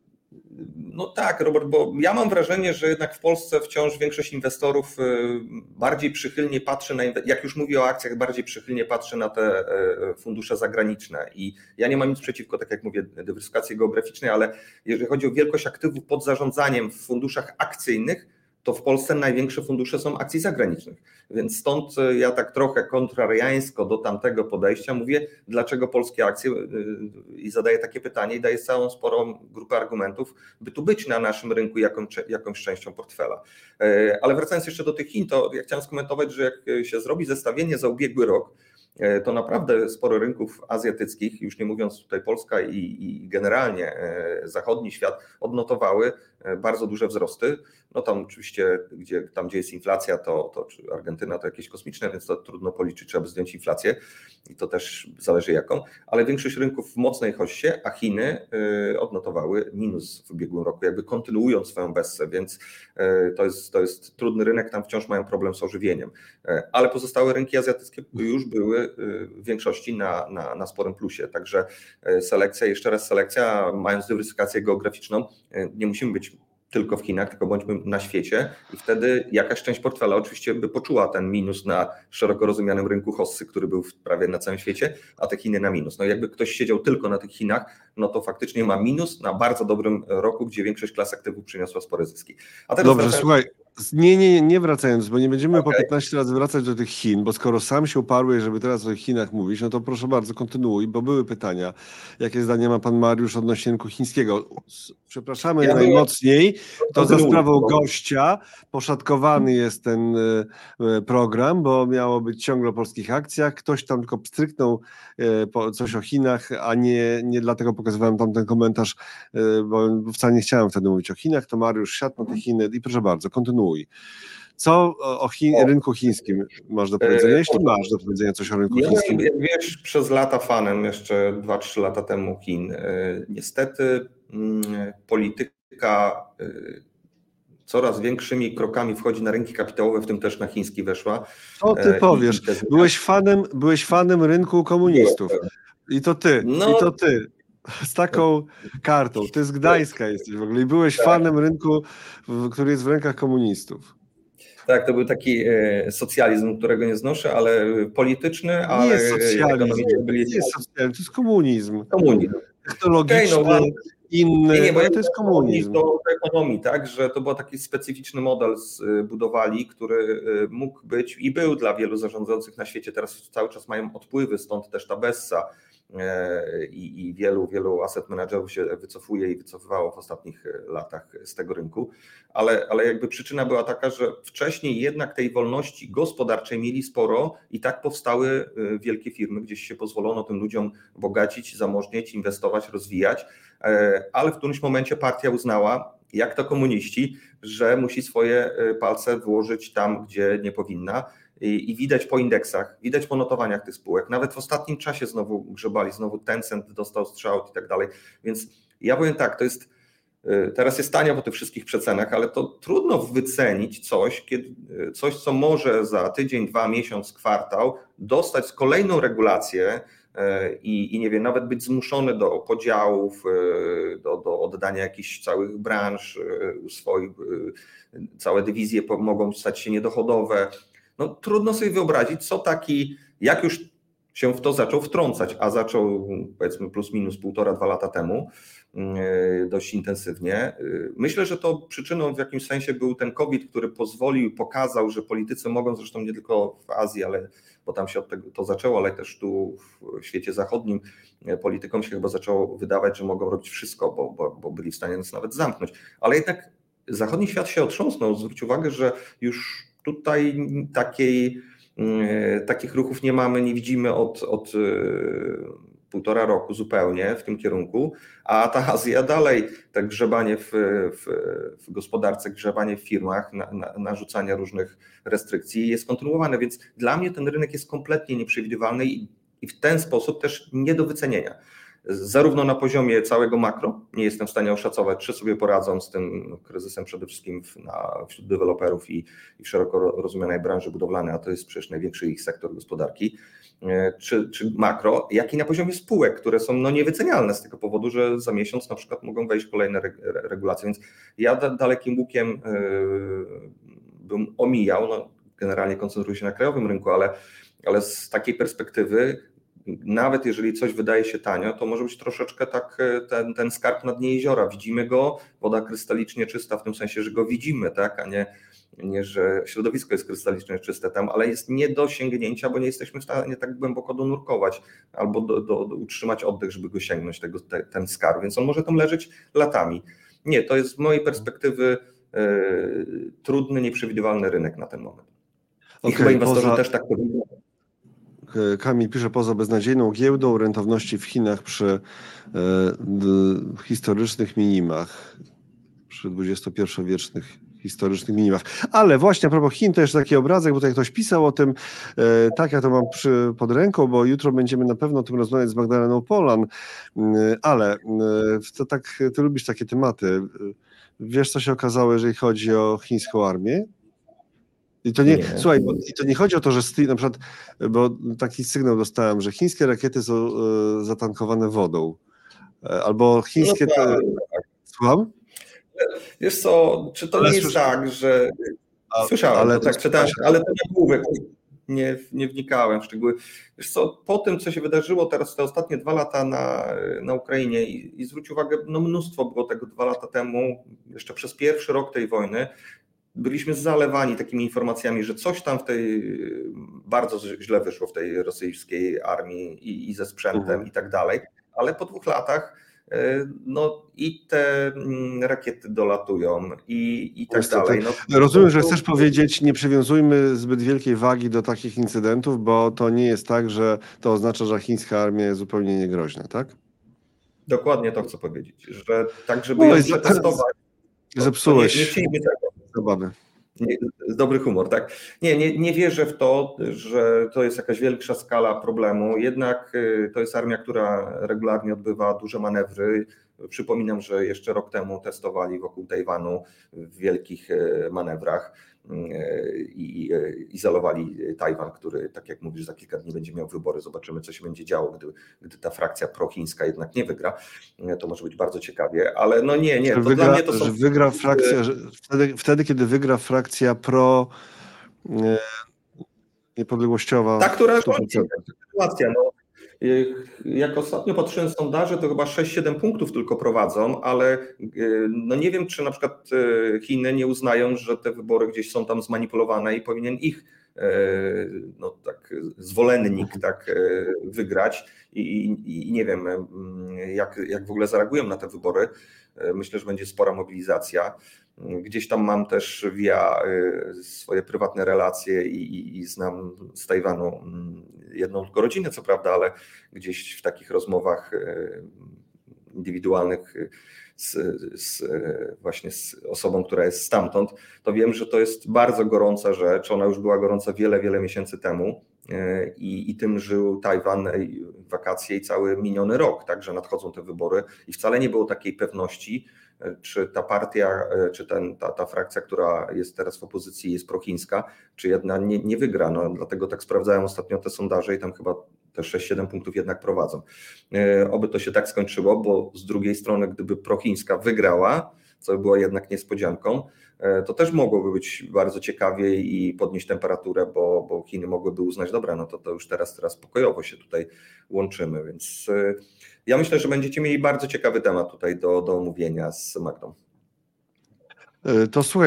No tak, Robert, bo ja mam wrażenie, że jednak w Polsce wciąż większość inwestorów bardziej przychylnie patrzy jak już mówię o akcjach, bardziej przychylnie patrzy na te fundusze zagraniczne. I ja nie mam nic przeciwko, tak jak mówię, dywersyfikacji geograficznej, ale jeżeli chodzi o wielkość aktywów pod zarządzaniem w funduszach akcyjnych, to w Polsce największe fundusze są akcji zagranicznych. Więc stąd ja tak trochę kontrariańsko do tamtego podejścia mówię, dlaczego polskie akcje i zadaję takie pytanie i daję całą sporą grupę argumentów, by tu być na naszym rynku jakąś częścią portfela. Ale wracając jeszcze do tych Chin, to ja chciałem skomentować, że jak się zrobi zestawienie za ubiegły rok, to naprawdę sporo rynków azjatyckich, już nie mówiąc tutaj Polska i generalnie zachodni świat, odnotowały bardzo duże wzrosty. No tam oczywiście, gdzie jest inflacja, to Argentyna to jakieś kosmiczne, więc to trudno policzyć, trzeba by zdjąć inflację i to też zależy jaką, ale większość rynków w mocnej hoście, a Chiny odnotowały minus w ubiegłym roku, jakby kontynuując swoją bessę, więc to jest trudny rynek, tam wciąż mają problem z ożywieniem, ale pozostałe rynki azjatyckie już były w większości na sporym plusie, także selekcja, mając dywersyfikację geograficzną, nie musimy być tylko w Chinach, tylko bądźmy na świecie i wtedy jakaś część portfela oczywiście by poczuła ten minus na szeroko rozumianym rynku hossy, który był prawie na całym świecie, a te Chiny na minus. No jakby ktoś siedział tylko na tych Chinach, no to faktycznie ma minus na bardzo dobrym roku, gdzie większość klas aktywów przyniosła spore zyski. A teraz dobrze, słuchaj, nie wracając, bo nie będziemy po 15 razy wracać do tych Chin, bo skoro sam się uparłeś, żeby teraz o tych Chinach mówić, no to proszę bardzo, kontynuuj, bo były pytania. Jakie zdanie ma pan Mariusz odnośnie rynku chińskiego? Przepraszamy najmocniej, to za sprawą gościa poszatkowany jest ten program, bo miało być ciągle o polskich akcjach. Ktoś tam tylko pstryknął coś o Chinach, a nie dlatego pokazywałem tam ten komentarz, bo wcale nie chciałem wtedy mówić o Chinach, to Mariusz siadł na te Chiny i proszę bardzo, kontynuuj. Co o rynku chińskim masz do powiedzenia, jeśli masz do powiedzenia coś o rynku chińskim? Jak wiesz, przez lata fanem, jeszcze 2-3 lata temu Chin. Niestety polityka coraz większymi krokami wchodzi na rynki kapitałowe, w tym też na chiński weszła. Co ty powiesz? Byłeś fanem rynku komunistów. I to ty. Z taką kartą. Ty z Gdańska jesteś w ogóle i byłeś fanem rynku, który jest w rękach komunistów. Tak, to był taki socjalizm, którego nie znoszę, ale polityczny, ale nie jest socjalizm, nie jest socjalizm, to jest komunizm. Technologiczny, inny, ale to jest komunizm. Do ekonomii, tak, że to był taki specyficzny model zbudowali, który mógł być i był dla wielu zarządzających na świecie. Teraz cały czas mają odpływy, stąd też ta Bessa i wielu asset managerów się wycofuje i wycofywało w ostatnich latach z tego rynku, ale jakby przyczyna była taka, że wcześniej jednak tej wolności gospodarczej mieli sporo i tak powstały wielkie firmy, gdzieś się pozwolono tym ludziom bogacić, zamożnieć, inwestować, rozwijać, ale w którymś momencie partia uznała, jak to komuniści, że musi swoje palce włożyć tam, gdzie nie powinna. I widać po indeksach, widać po notowaniach tych spółek. Nawet w ostatnim czasie znowu grzebali, znowu Tencent dostał strzał i tak dalej. Więc ja powiem tak, teraz jest tanio po tych wszystkich przecenach, ale to trudno wycenić coś, co może za tydzień, 2 miesiąc, kwartał dostać kolejną regulację i nie wiem, nawet być zmuszony do podziałów, do oddania jakichś całych branż, całe dywizje mogą stać się niedochodowe. No, trudno sobie wyobrazić, co taki, jak już się w to zaczął wtrącać, a zaczął powiedzmy plus minus 1,5-2 lata temu dość intensywnie. Myślę, że to przyczyną w jakimś sensie był ten COVID, który pokazał, że politycy mogą, zresztą nie tylko w Azji, bo tam się od tego to zaczęło, ale też tu w świecie zachodnim politykom się chyba zaczęło wydawać, że mogą robić wszystko, bo byli w stanie nas nawet zamknąć. Ale jednak zachodni świat się otrząsnął. Zwróć uwagę, że już tutaj takich ruchów nie mamy, nie widzimy od 1,5 roku zupełnie w tym kierunku, a ta Azja dalej, tak grzebanie w gospodarce, grzebanie w firmach, narzucanie różnych restrykcji jest kontynuowane, więc dla mnie ten rynek jest kompletnie nieprzewidywalny i w ten sposób też nie do wycenienia. Zarówno na poziomie całego makro, nie jestem w stanie oszacować, czy sobie poradzą z tym kryzysem przede wszystkim wśród deweloperów i w szeroko rozumianej branży budowlanej, a to jest przecież największy ich sektor gospodarki, czy makro, jak i na poziomie spółek, które są niewycenialne z tego powodu, że za miesiąc na przykład mogą wejść kolejne regulacje, więc ja dalekim łukiem bym omijał, generalnie koncentruję się na krajowym rynku, ale z takiej perspektywy nawet jeżeli coś wydaje się tanio, to może być troszeczkę tak ten skarb na dnie jeziora. Widzimy go, woda krystalicznie czysta w tym sensie, że go widzimy, tak, a nie, że środowisko jest krystalicznie czyste tam, ale jest nie do sięgnięcia, bo nie jesteśmy w stanie tak głęboko donurkować albo utrzymać oddech, żeby go sięgnąć, ten skarb, więc on może tam leżeć latami. Nie, to jest z mojej perspektywy trudny, nieprzewidywalny rynek na ten moment. I chyba inwestorzy też tak to widzą. Kamil pisze, poza beznadziejną giełdą rentowności w Chinach przy historycznych minimach, przy XXI-wiecznych historycznych minimach. Ale właśnie a propos Chin, to jeszcze taki obrazek, bo tutaj ktoś pisał o tym, tak, ja to mam pod ręką, bo jutro będziemy na pewno o tym rozmawiać z Magdaleną Polan, ale to tak, ty lubisz takie tematy. Wiesz, co się okazało, jeżeli chodzi o chińską armię? I to nie, słuchaj, i to nie chodzi o to, że na przykład, bo taki sygnał dostałem, że chińskie rakiety są zatankowane wodą, albo chińskie... No tak. Słucham? Wiesz co, czy to nie jest tak, że... Słyszałem, ale to tak czytałem, ale to nagłówek, nie wnikałem w szczegóły. Wiesz co, po tym, co się wydarzyło teraz te ostatnie 2 lata na Ukrainie i zwróć uwagę, mnóstwo było tego 2 lata temu, jeszcze przez pierwszy rok tej wojny, byliśmy zalewani takimi informacjami, że coś tam bardzo źle wyszło w tej rosyjskiej armii i ze sprzętem i tak dalej, ale po 2 latach i te rakiety dolatują i tak dalej. Rozumiem, że chcesz powiedzieć, nie przywiązujmy zbyt wielkiej wagi do takich incydentów, bo to nie jest tak, że to oznacza, że chińska armia jest zupełnie niegroźna, tak? Dokładnie to chcę powiedzieć, że tak, żeby ją przetestować. Zepsułeś. Nie chcieliby tego. Zabawy. Dobry humor, tak? Nie wierzę w to, że to jest jakaś większa skala problemu, jednak to jest armia, która regularnie odbywa duże manewry. Przypominam, że jeszcze rok temu testowali wokół Tajwanu w wielkich manewrach i izolowali Tajwan, który, tak jak mówisz, za kilka dni będzie miał wybory. Zobaczymy, co się będzie działo, gdy ta frakcja prochińska jednak nie wygra. To może być bardzo ciekawie, ale nie. To dla mnie to są... wygra frakcja, wtedy, kiedy wygra frakcja niepodległościowa. Ta, która rządzi, sytuacja. Jak ostatnio patrzyłem sondaże, to chyba 6-7 punktów tylko prowadzą, ale nie wiem, czy na przykład Chiny nie uznają, że te wybory gdzieś są tam zmanipulowane i powinien ich zwolennik wygrać i nie wiem, jak w ogóle zareagują na te wybory. Myślę, że będzie spora mobilizacja. Gdzieś tam mam też via swoje prywatne relacje i znam z Tajwanu jedną tylko rodzinę, co prawda, ale gdzieś w takich rozmowach indywidualnych właśnie z osobą, która jest stamtąd, to wiem, że to jest bardzo gorąca rzecz. Ona już była gorąca wiele miesięcy temu i tym żył Tajwan, wakacje i cały miniony rok, także nadchodzą te wybory i wcale nie było takiej pewności, czy ta partia, czy ta frakcja, która jest teraz w opozycji, jest prochińska, czy jedna nie wygra. Dlatego tak sprawdzałem ostatnio te sondaże i tam chyba te 6-7 punktów jednak prowadzą. Oby to się tak skończyło, bo z drugiej strony, gdyby prochińska wygrała, co by było jednak niespodzianką, to też mogłoby być bardzo ciekawie i podnieść temperaturę, bo Chiny mogłyby uznać, dobra, to już teraz pokojowo się tutaj łączymy, więc ja myślę, że będziecie mieli bardzo ciekawy temat tutaj do omówienia z Magdą. To słuchaj,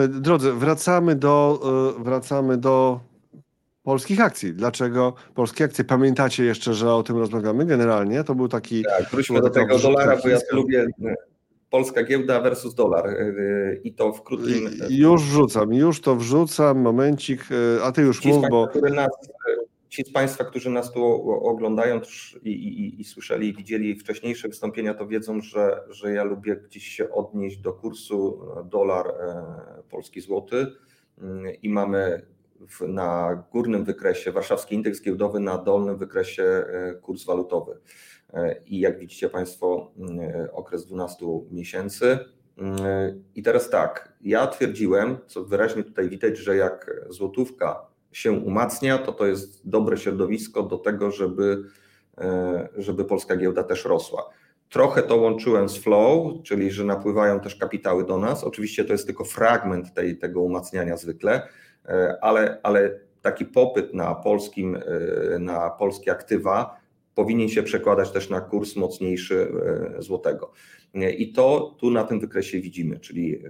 wracamy do polskich akcji. Dlaczego polskie akcje? Pamiętacie jeszcze, że o tym rozmawiamy generalnie? To był taki... Tak, wróćmy do tego dolara, bo ja to lubię... polska giełda versus dolar i to w krótkim... Już wrzucam, już to wrzucam, momencik, a ty już mów, bo... Ci z Państwa, którzy nas tu oglądają i słyszeli i widzieli wcześniejsze wystąpienia, to wiedzą, że ja lubię gdzieś się odnieść do kursu dolar, polski złoty i mamy na górnym wykresie warszawski indeks giełdowy, na dolnym wykresie kurs walutowy. I jak widzicie Państwo, okres 12 miesięcy. I teraz tak, ja twierdziłem, co wyraźnie tutaj widać, że jak złotówka się umacnia, to jest dobre środowisko do tego, żeby polska giełda też rosła. Trochę to łączyłem z flow, czyli że napływają też kapitały do nas. Oczywiście to jest tylko fragment tego umacniania zwykle, ale taki popyt na polskie aktywa powinien się przekładać też na kurs mocniejszy złotego. I to tu na tym wykresie widzimy, czyli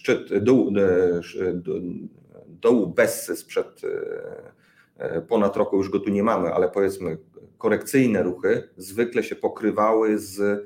dołu Bessy sprzed ponad roku, już go tu nie mamy, ale powiedzmy korekcyjne ruchy zwykle się pokrywały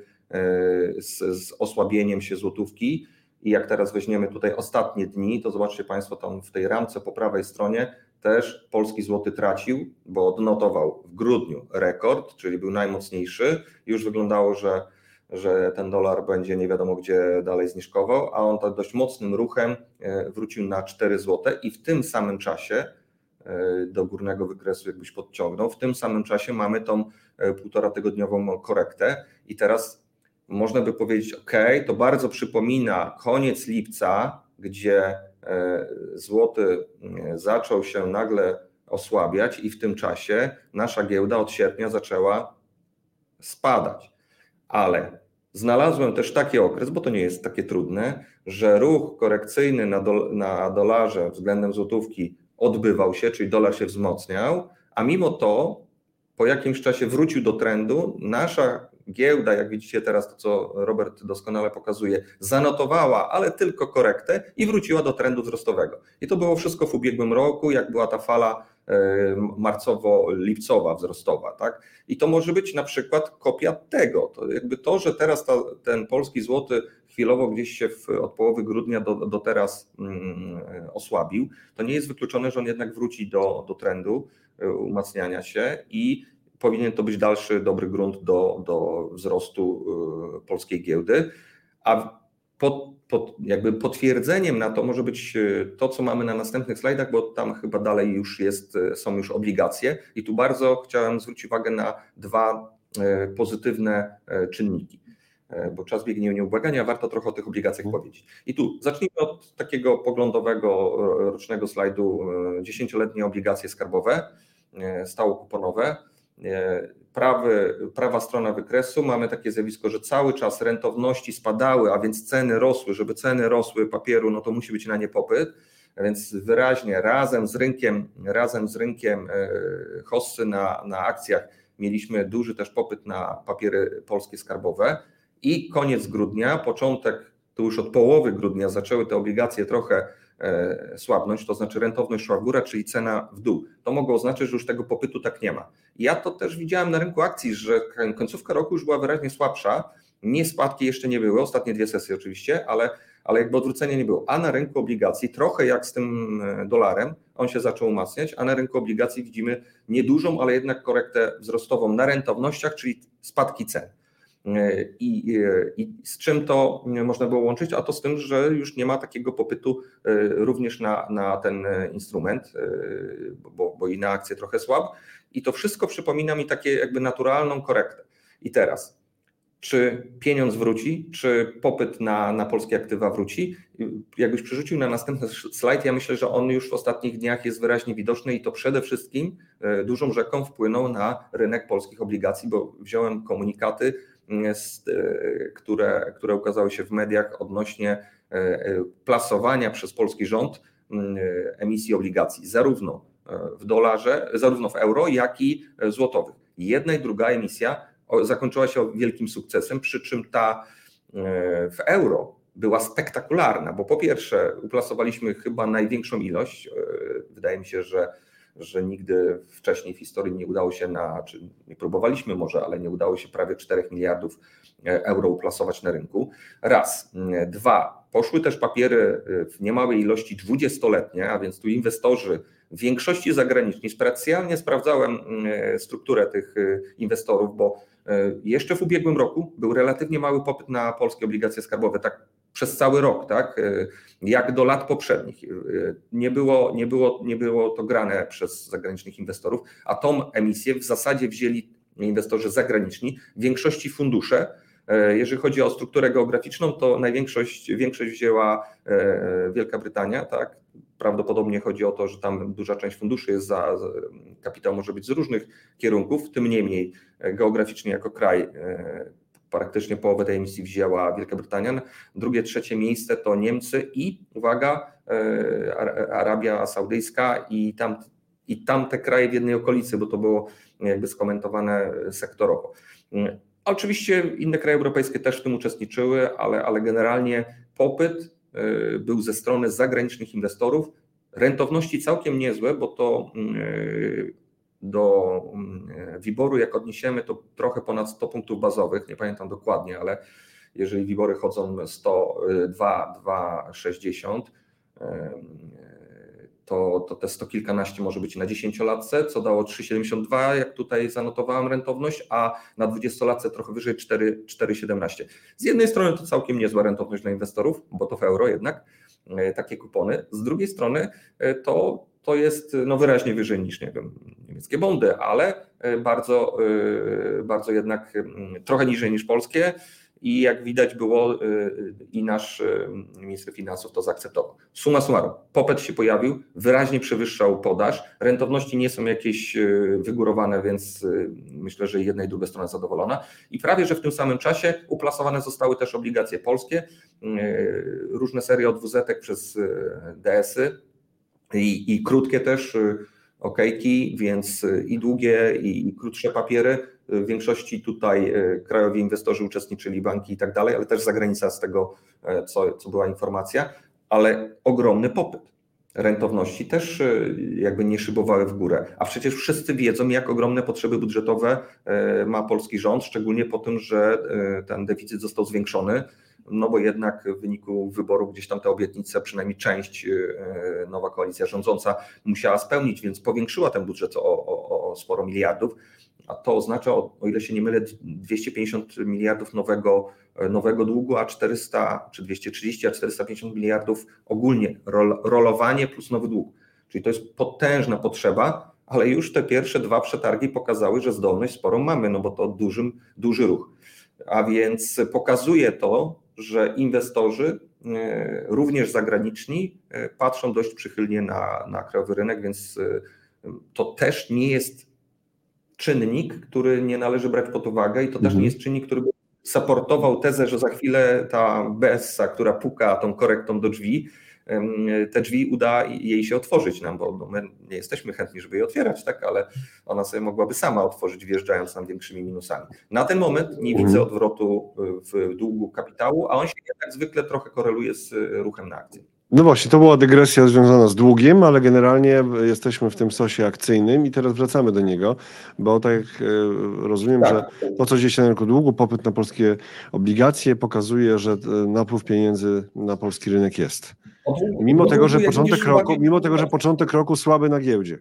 z osłabieniem się złotówki i jak teraz weźmiemy tutaj ostatnie dni, to zobaczcie Państwo tam w tej ramce po prawej stronie też polski złoty tracił, bo odnotował w grudniu rekord, czyli był najmocniejszy. Już wyglądało, że ten dolar będzie nie wiadomo gdzie dalej zniżkował, a on tak dość mocnym ruchem wrócił na 4 zł i w tym samym czasie do górnego wykresu jakbyś podciągnął, w tym samym czasie mamy tą 1,5-tygodniową korektę i teraz można by powiedzieć, ok, to bardzo przypomina koniec lipca, gdzie złoty zaczął się nagle osłabiać i w tym czasie nasza giełda od sierpnia zaczęła spadać. Ale znalazłem też taki okres, bo to nie jest takie trudne, że ruch korekcyjny na dolarze względem złotówki odbywał się, czyli dolar się wzmocniał, a mimo to po jakimś czasie wrócił do trendu. Nasza giełda, jak widzicie teraz, to co Robert doskonale pokazuje, zanotowała, ale tylko korektę i wróciła do trendu wzrostowego. I to było wszystko w ubiegłym roku, jak była ta fala marcowo-lipcowa wzrostowa, tak? I to może być na przykład kopia tego. To jakby to, że teraz ten polski złoty chwilowo gdzieś się od połowy grudnia do teraz osłabił, to nie jest wykluczone, że on jednak wróci do trendu umacniania się i powinien to być dalszy dobry grunt do wzrostu polskiej giełdy, a jakby potwierdzeniem na to może być to, co mamy na następnych slajdach, bo tam chyba dalej już są już obligacje i tu bardzo chciałem zwrócić uwagę na dwa pozytywne czynniki, bo czas biegnie nieubłaganie, a warto trochę o tych obligacjach powiedzieć. I tu zacznijmy od takiego poglądowego rocznego slajdu, 10-letnie obligacje skarbowe, stałokuponowe. Prawa strona wykresu, mamy takie zjawisko, że cały czas rentowności spadały, a więc ceny rosły. Żeby ceny rosły papieru, no to musi być na nie popyt, więc wyraźnie razem z rynkiem hossy na akcjach mieliśmy duży też popyt na papiery polskie skarbowe i koniec grudnia, początek, to już od połowy grudnia zaczęły te obligacje trochę słabnąć, to znaczy rentowność szła w górę, czyli cena w dół. To mogło oznaczać, że już tego popytu tak nie ma. Ja to też widziałem na rynku akcji, że końcówka roku już była wyraźnie słabsza, nie spadki jeszcze nie były, ostatnie 2 sesje oczywiście, ale jakby odwrócenia nie było. A na rynku obligacji, trochę jak z tym dolarem, on się zaczął umacniać, a na rynku obligacji widzimy niedużą, ale jednak korektę wzrostową na rentownościach, czyli spadki cen. I z czym to można było łączyć? A to z tym, że już nie ma takiego popytu również na ten instrument, bo i na akcje trochę słab. I to wszystko przypomina mi takie jakby naturalną korektę. I teraz, czy pieniądz wróci, czy popyt na polskie aktywa wróci? Jakbyś przerzucił na następny slajd, ja myślę, że on już w ostatnich dniach jest wyraźnie widoczny i to przede wszystkim dużą rzeką wpłynął na rynek polskich obligacji, bo wziąłem komunikaty, które ukazały się w mediach odnośnie plasowania przez polski rząd emisji obligacji, zarówno w dolarze, zarówno w euro, jak i złotowych. Jedna i druga emisja zakończyła się wielkim sukcesem, przy czym ta w euro była spektakularna, bo po pierwsze uplasowaliśmy chyba największą ilość, wydaje mi się, że że nigdy wcześniej w historii nie udało się czy nie próbowaliśmy może, ale nie udało się prawie 4 miliardów euro uplasować na rynku. Raz. Dwa. Poszły też papiery w niemałej ilości 20-letnie, a więc tu inwestorzy w większości zagraniczni. Specjalnie sprawdzałem strukturę tych inwestorów, bo jeszcze w ubiegłym roku był relatywnie mały popyt na polskie obligacje skarbowe, tak przez cały rok, tak, jak do lat poprzednich. Nie było to grane przez zagranicznych inwestorów, a tą emisję w zasadzie wzięli inwestorzy zagraniczni, w większości fundusze. Jeżeli chodzi o strukturę geograficzną, to większość wzięła Wielka Brytania, tak? Prawdopodobnie chodzi o to, że tam duża część funduszy jest kapitał może być z różnych kierunków, tym niemniej geograficznie jako kraj praktycznie połowę tej emisji wzięła Wielka Brytania. Drugie, trzecie miejsce to Niemcy i uwaga, Arabia Saudyjska i tamte kraje w jednej okolicy, bo to było jakby skomentowane sektorowo. Oczywiście inne kraje europejskie też w tym uczestniczyły, ale generalnie popyt był ze strony zagranicznych inwestorów. Rentowności całkiem niezłe, bo to do WIBOR-u jak odniesiemy, to trochę ponad 100 punktów bazowych, nie pamiętam dokładnie, ale jeżeli WIBOR-y chodzą 102, 2,60, to te 100 kilkanaście może być na 10-latce, co dało 3,72, jak tutaj zanotowałem rentowność, a na 20-latce trochę wyżej 4,17. Z jednej strony to całkiem niezła rentowność dla inwestorów, bo to w euro jednak, takie kupony. Z drugiej strony to jest wyraźnie wyżej niż, nie wiem, niemieckie bondy, ale bardzo jednak trochę niżej niż polskie. I jak widać było i nasz minister finansów to zaakceptował. Summa summarum, popyt się pojawił, wyraźnie przewyższał podaż, rentowności nie są jakieś wygórowane, więc myślę, że jedna i druga strona zadowolona. I prawie, że w tym samym czasie uplasowane zostały też obligacje polskie, różne serie odwózetek przez DS-y i krótkie też, okejki, więc i długie, i krótsze papiery. W większości tutaj krajowi inwestorzy uczestniczyli, banki i tak dalej, ale też zagranica z tego, co była informacja, ale ogromny popyt. Rentowności też jakby nie szybowały w górę, a przecież wszyscy wiedzą, jak ogromne potrzeby budżetowe ma polski rząd, szczególnie po tym, że ten deficyt został zwiększony, no bo jednak w wyniku wyborów gdzieś tam te obietnice, przynajmniej część nowa koalicja rządząca musiała spełnić, więc powiększyła ten budżet o sporo miliardów, a to oznacza, o ile się nie mylę, 250 miliardów nowego długu, a 400 czy 230, a 450 miliardów ogólnie rolowanie plus nowy dług. Czyli to jest potężna potrzeba, ale już te pierwsze dwa przetargi pokazały, że zdolność sporą mamy, no bo to duży ruch. A więc pokazuje to, że inwestorzy, również zagraniczni, patrzą dość przychylnie na krajowy rynek, więc to też nie jest czynnik, który nie należy brać pod uwagę i to też nie jest czynnik, który by supportował tezę, że za chwilę ta BSA, która puka tą korektą do drzwi, te drzwi uda jej się otworzyć nam, bo my nie jesteśmy chętni, żeby je otwierać, tak, ale ona sobie mogłaby sama otworzyć, wjeżdżając nam większymi minusami. Na ten moment nie widzę odwrotu w długu kapitału, a on się jak zwykle trochę koreluje z ruchem na akcje. No właśnie, to była dygresja związana z długiem, ale generalnie jesteśmy w tym sosie akcyjnym i teraz wracamy do niego, bo tak rozumiem, że to, co dzieje się na rynku długu, popyt na polskie obligacje pokazuje, że napływ pieniędzy na polski rynek jest. Mimo tego, że początek roku słaby na giełdzie.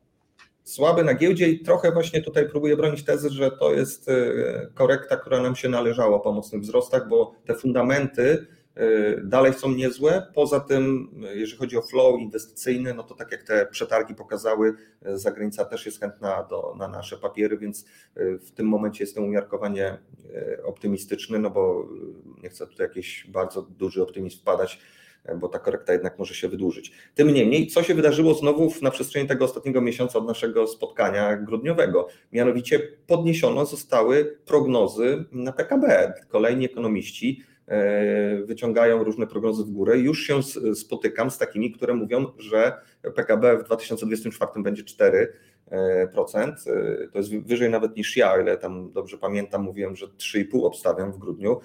Słaby na giełdzie i trochę właśnie tutaj próbuję bronić tezy, że to jest korekta, która nam się należała po mocnych wzrostach, bo te fundamenty dalej są niezłe. Poza tym, jeżeli chodzi o flow inwestycyjny, no to tak jak te przetargi pokazały, zagranica też jest chętna na nasze papiery, więc w tym momencie jestem umiarkowanie optymistyczny, no bo nie chcę tutaj jakiś bardzo duży optymizm wpadać, bo ta korekta jednak może się wydłużyć. Tym niemniej, co się wydarzyło znowu na przestrzeni tego ostatniego miesiąca od naszego spotkania grudniowego? Mianowicie podniesiono zostały prognozy na PKB. Kolejni ekonomiści wyciągają różne prognozy w górę. Już się spotykam z takimi, które mówią, że PKB w 2024 będzie 4, To jest wyżej nawet niż ja, ile tam dobrze pamiętam, mówiłem, że 3,5 obstawiam w grudniu.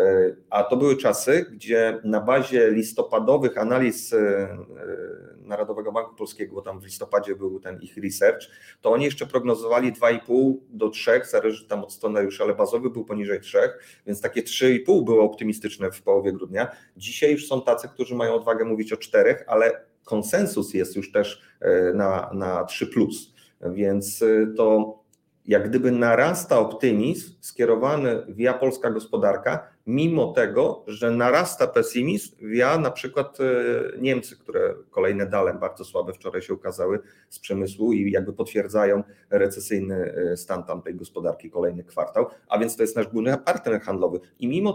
A to były czasy, gdzie na bazie listopadowych analiz Narodowego Banku Polskiego, bo tam w listopadzie był ten ich research, to oni jeszcze prognozowali 2,5 do 3, zależy tam od scenariusza, ale bazowy był poniżej 3, więc takie 3,5 było optymistyczne w połowie grudnia. Dzisiaj już są tacy, którzy mają odwagę mówić o 4, ale konsensus jest już też na 3+, więc to jak gdyby narasta optymizm skierowany via polska gospodarka, mimo tego, że narasta pesymizm via na przykład Niemcy, które kolejne dane bardzo słabe wczoraj się ukazały z przemysłu i jakby potwierdzają recesyjny stan tamtej gospodarki kolejny kwartał, a więc to jest nasz główny partner handlowy i mimo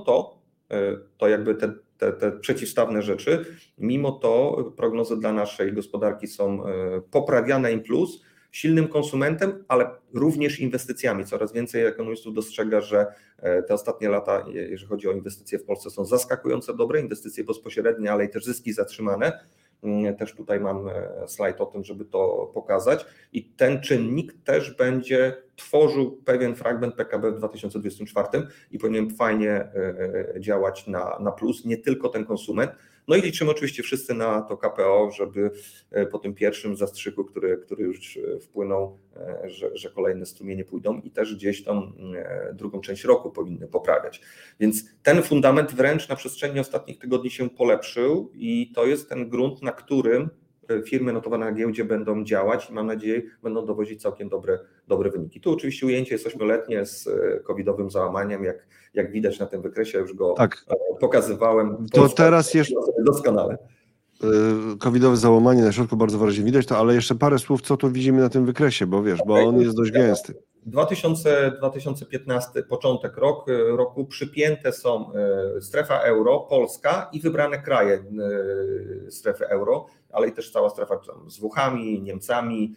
to jakby te przeciwstawne rzeczy, mimo to prognozy dla naszej gospodarki są poprawiane in plus, silnym konsumentem, ale również inwestycjami. Coraz więcej ekonomistów dostrzega, że te ostatnie lata, jeżeli chodzi o inwestycje w Polsce, są zaskakująco dobre, inwestycje bezpośrednie, ale i też zyski zatrzymane. Też tutaj mam slajd o tym, żeby to pokazać. I ten czynnik też będzie tworzył pewien fragment PKB w 2024 i powinien fajnie działać na plus, nie tylko ten konsument. No i liczymy oczywiście wszyscy na to KPO, żeby po tym pierwszym zastrzyku, który już wpłynął, że kolejne strumienie pójdą i też gdzieś tam drugą część roku powinny poprawiać. Więc ten fundament wręcz na przestrzeni ostatnich tygodni się polepszył i to jest ten grunt, na którym firmy notowane na giełdzie będą działać i mam nadzieję będą dowozić całkiem dobre wyniki. Tu oczywiście ujęcie jest 8-letnie z covidowym załamaniem, jak widać na tym wykresie, już go pokazywałem. To teraz jeszcze doskonale. Covidowe załamanie na środku bardzo wyraźnie widać, ale jeszcze parę słów, co tu widzimy na tym wykresie, bo wiesz, bo on jest dość gęsty. 2015, początek roku przypięte są strefa euro, Polska i wybrane kraje strefy euro, ale i też cała strefa z Włochami, Niemcami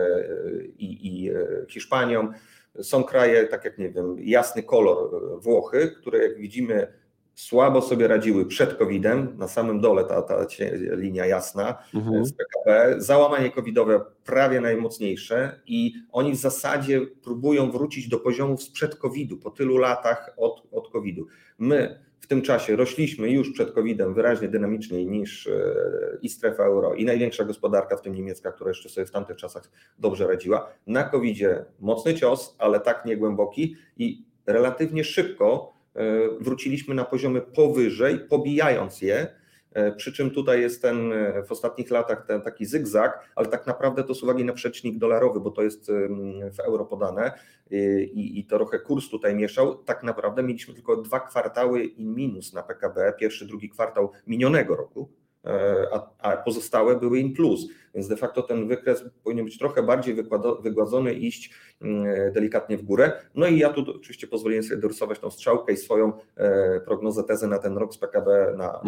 i Hiszpanią. Są kraje, tak jak nie wiem, jasny kolor Włochy, które jak widzimy słabo sobie radziły przed COVID-em, na samym dole ta linia jasna z PKB, załamanie covidowe prawie najmocniejsze i oni w zasadzie próbują wrócić do poziomów sprzed COVID-u, po tylu latach od COVID-u. My w tym czasie rośliśmy już przed COVID-em wyraźnie dynamiczniej niż i strefa euro i największa gospodarka, w tym niemiecka, która jeszcze sobie w tamtych czasach dobrze radziła. Na COVID-zie mocny cios, ale tak niegłęboki i relatywnie szybko wróciliśmy na poziomy powyżej, pobijając je, przy czym tutaj jest ten w ostatnich latach ten taki zygzak, ale tak naprawdę to z uwagi na przecznik dolarowy, bo to jest w euro podane i trochę kurs tutaj mieszał, tak naprawdę mieliśmy tylko 2 kwartały in minus na PKB, pierwszy, drugi kwartał minionego roku, a pozostałe były in plus, więc de facto ten wykres powinien być trochę bardziej wygładzony, iść delikatnie w górę. No i ja tu oczywiście pozwoliłem sobie dorysować tą strzałkę i swoją prognozę, tezę na ten rok z PKB na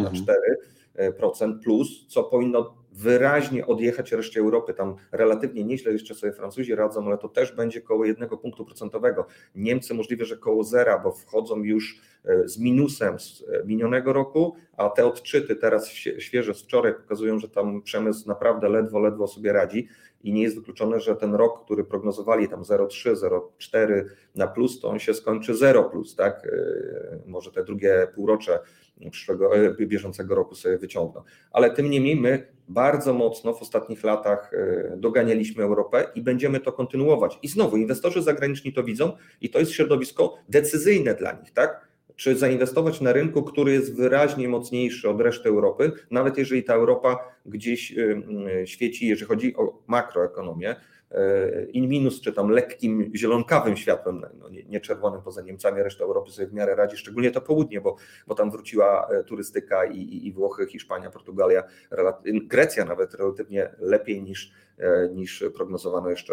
4% plus, co powinno wyraźnie odjechać reszcie Europy. Tam relatywnie nieźle jeszcze sobie Francuzi radzą, ale to też będzie koło 1 punktu procentowego. Niemcy możliwe, że koło zera, bo wchodzą już z minusem z minionego roku, a te odczyty teraz świeże z wczoraj pokazują, że tam przemysł naprawdę ledwo sobie radzi i nie jest wykluczone, że ten rok, który prognozowali tam 0,3, 0,4 na plus, to on się skończy 0 plus, tak? Może te drugie półrocze bieżącego roku sobie wyciągną. Ale tym niemniej my bardzo mocno w ostatnich latach doganialiśmy Europę i będziemy to kontynuować. I znowu inwestorzy zagraniczni to widzą i to jest środowisko decyzyjne dla nich, tak? Czy zainwestować na rynku, który jest wyraźnie mocniejszy od reszty Europy, nawet jeżeli ta Europa gdzieś świeci, jeżeli chodzi o makroekonomię, in minus, czy tam lekkim zielonkawym światłem, no nie czerwonym poza Niemcami, reszta Europy sobie w miarę radzi, szczególnie to południe, bo tam wróciła turystyka i Włochy, Hiszpania, Portugalia, Grecja nawet relatywnie lepiej niż prognozowano jeszcze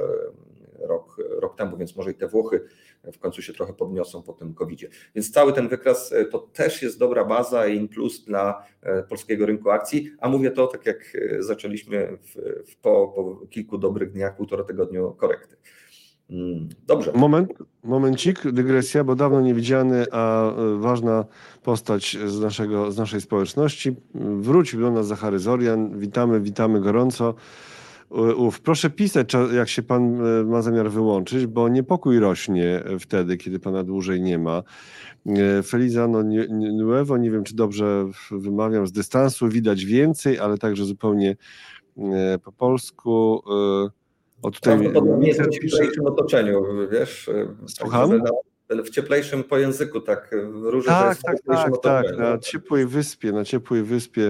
rok temu, więc może i te Włochy w końcu się trochę podniosą po tym COVID-zie. Więc cały ten wykres to też jest dobra baza i plus dla polskiego rynku akcji, a mówię to tak jak zaczęliśmy po kilku dobrych dniach, 1,5 tygodniu korekty. Dobrze. Momencik, dygresja, bo dawno niewidziany, a ważna postać z naszej społeczności. Wrócił do nas Zachary Zorian. Witamy gorąco. Proszę pisać, jak się pan ma zamiar wyłączyć, bo niepokój rośnie wtedy, kiedy pana dłużej nie ma. Felizano Nuevo, nie wiem, czy dobrze wymawiam, z dystansu widać więcej, ale także zupełnie po polsku. O tutaj Prawdopodobnie jest Michał w pisze. cieplejszym otoczeniu, wiesz, tak, Słucham? w cieplejszym po języku, tak wróży, że Tak, jest w tak, cieplejszym tak, tak. otoczeniu. Na ciepłej wyspie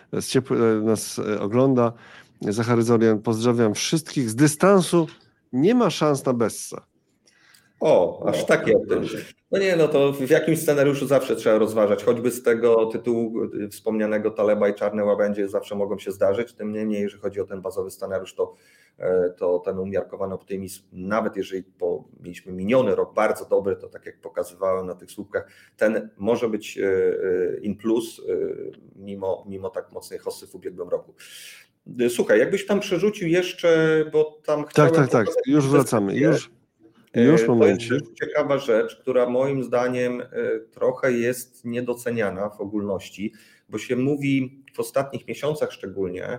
nas ogląda. Zachary Zorian, pozdrawiam wszystkich. Z dystansu nie ma szans na Bessa. O, aż takie optymizm. No nie, no to w jakimś scenariuszu zawsze trzeba rozważać, choćby z tego tytułu wspomnianego Taleba i czarne łabędzie zawsze mogą się zdarzyć, tym niemniej, jeżeli chodzi o ten bazowy scenariusz, to ten umiarkowany optymizm, nawet jeżeli mieliśmy miniony rok bardzo dobry, to tak jak pokazywałem na tych słupkach, ten może być in plus, mimo tak mocnej hossy w ubiegłym roku. Słuchaj, jakbyś tam przerzucił jeszcze, bo tam chciałem... Tak, już wracamy, już To jest momencik. też ciekawa rzecz, która moim zdaniem trochę jest niedoceniana w ogólności, bo się mówi w ostatnich miesiącach szczególnie,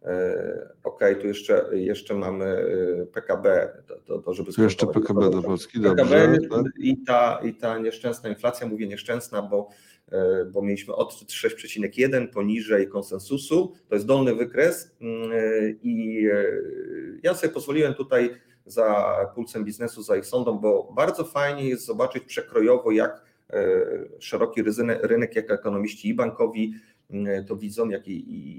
tu jeszcze mamy PKB, żeby Tu jeszcze skończyć. PKB do Polski, PKB dobrze. Tak? i ta nieszczęsna inflacja, mówię nieszczęsna, bo mieliśmy odczyt 6,1 poniżej konsensusu, to jest dolny wykres i ja sobie pozwoliłem tutaj za Pulsem Biznesu, za ich sondą, bo bardzo fajnie jest zobaczyć przekrojowo, jak szeroki rynek, jak ekonomiści i bankowi to widzą, jak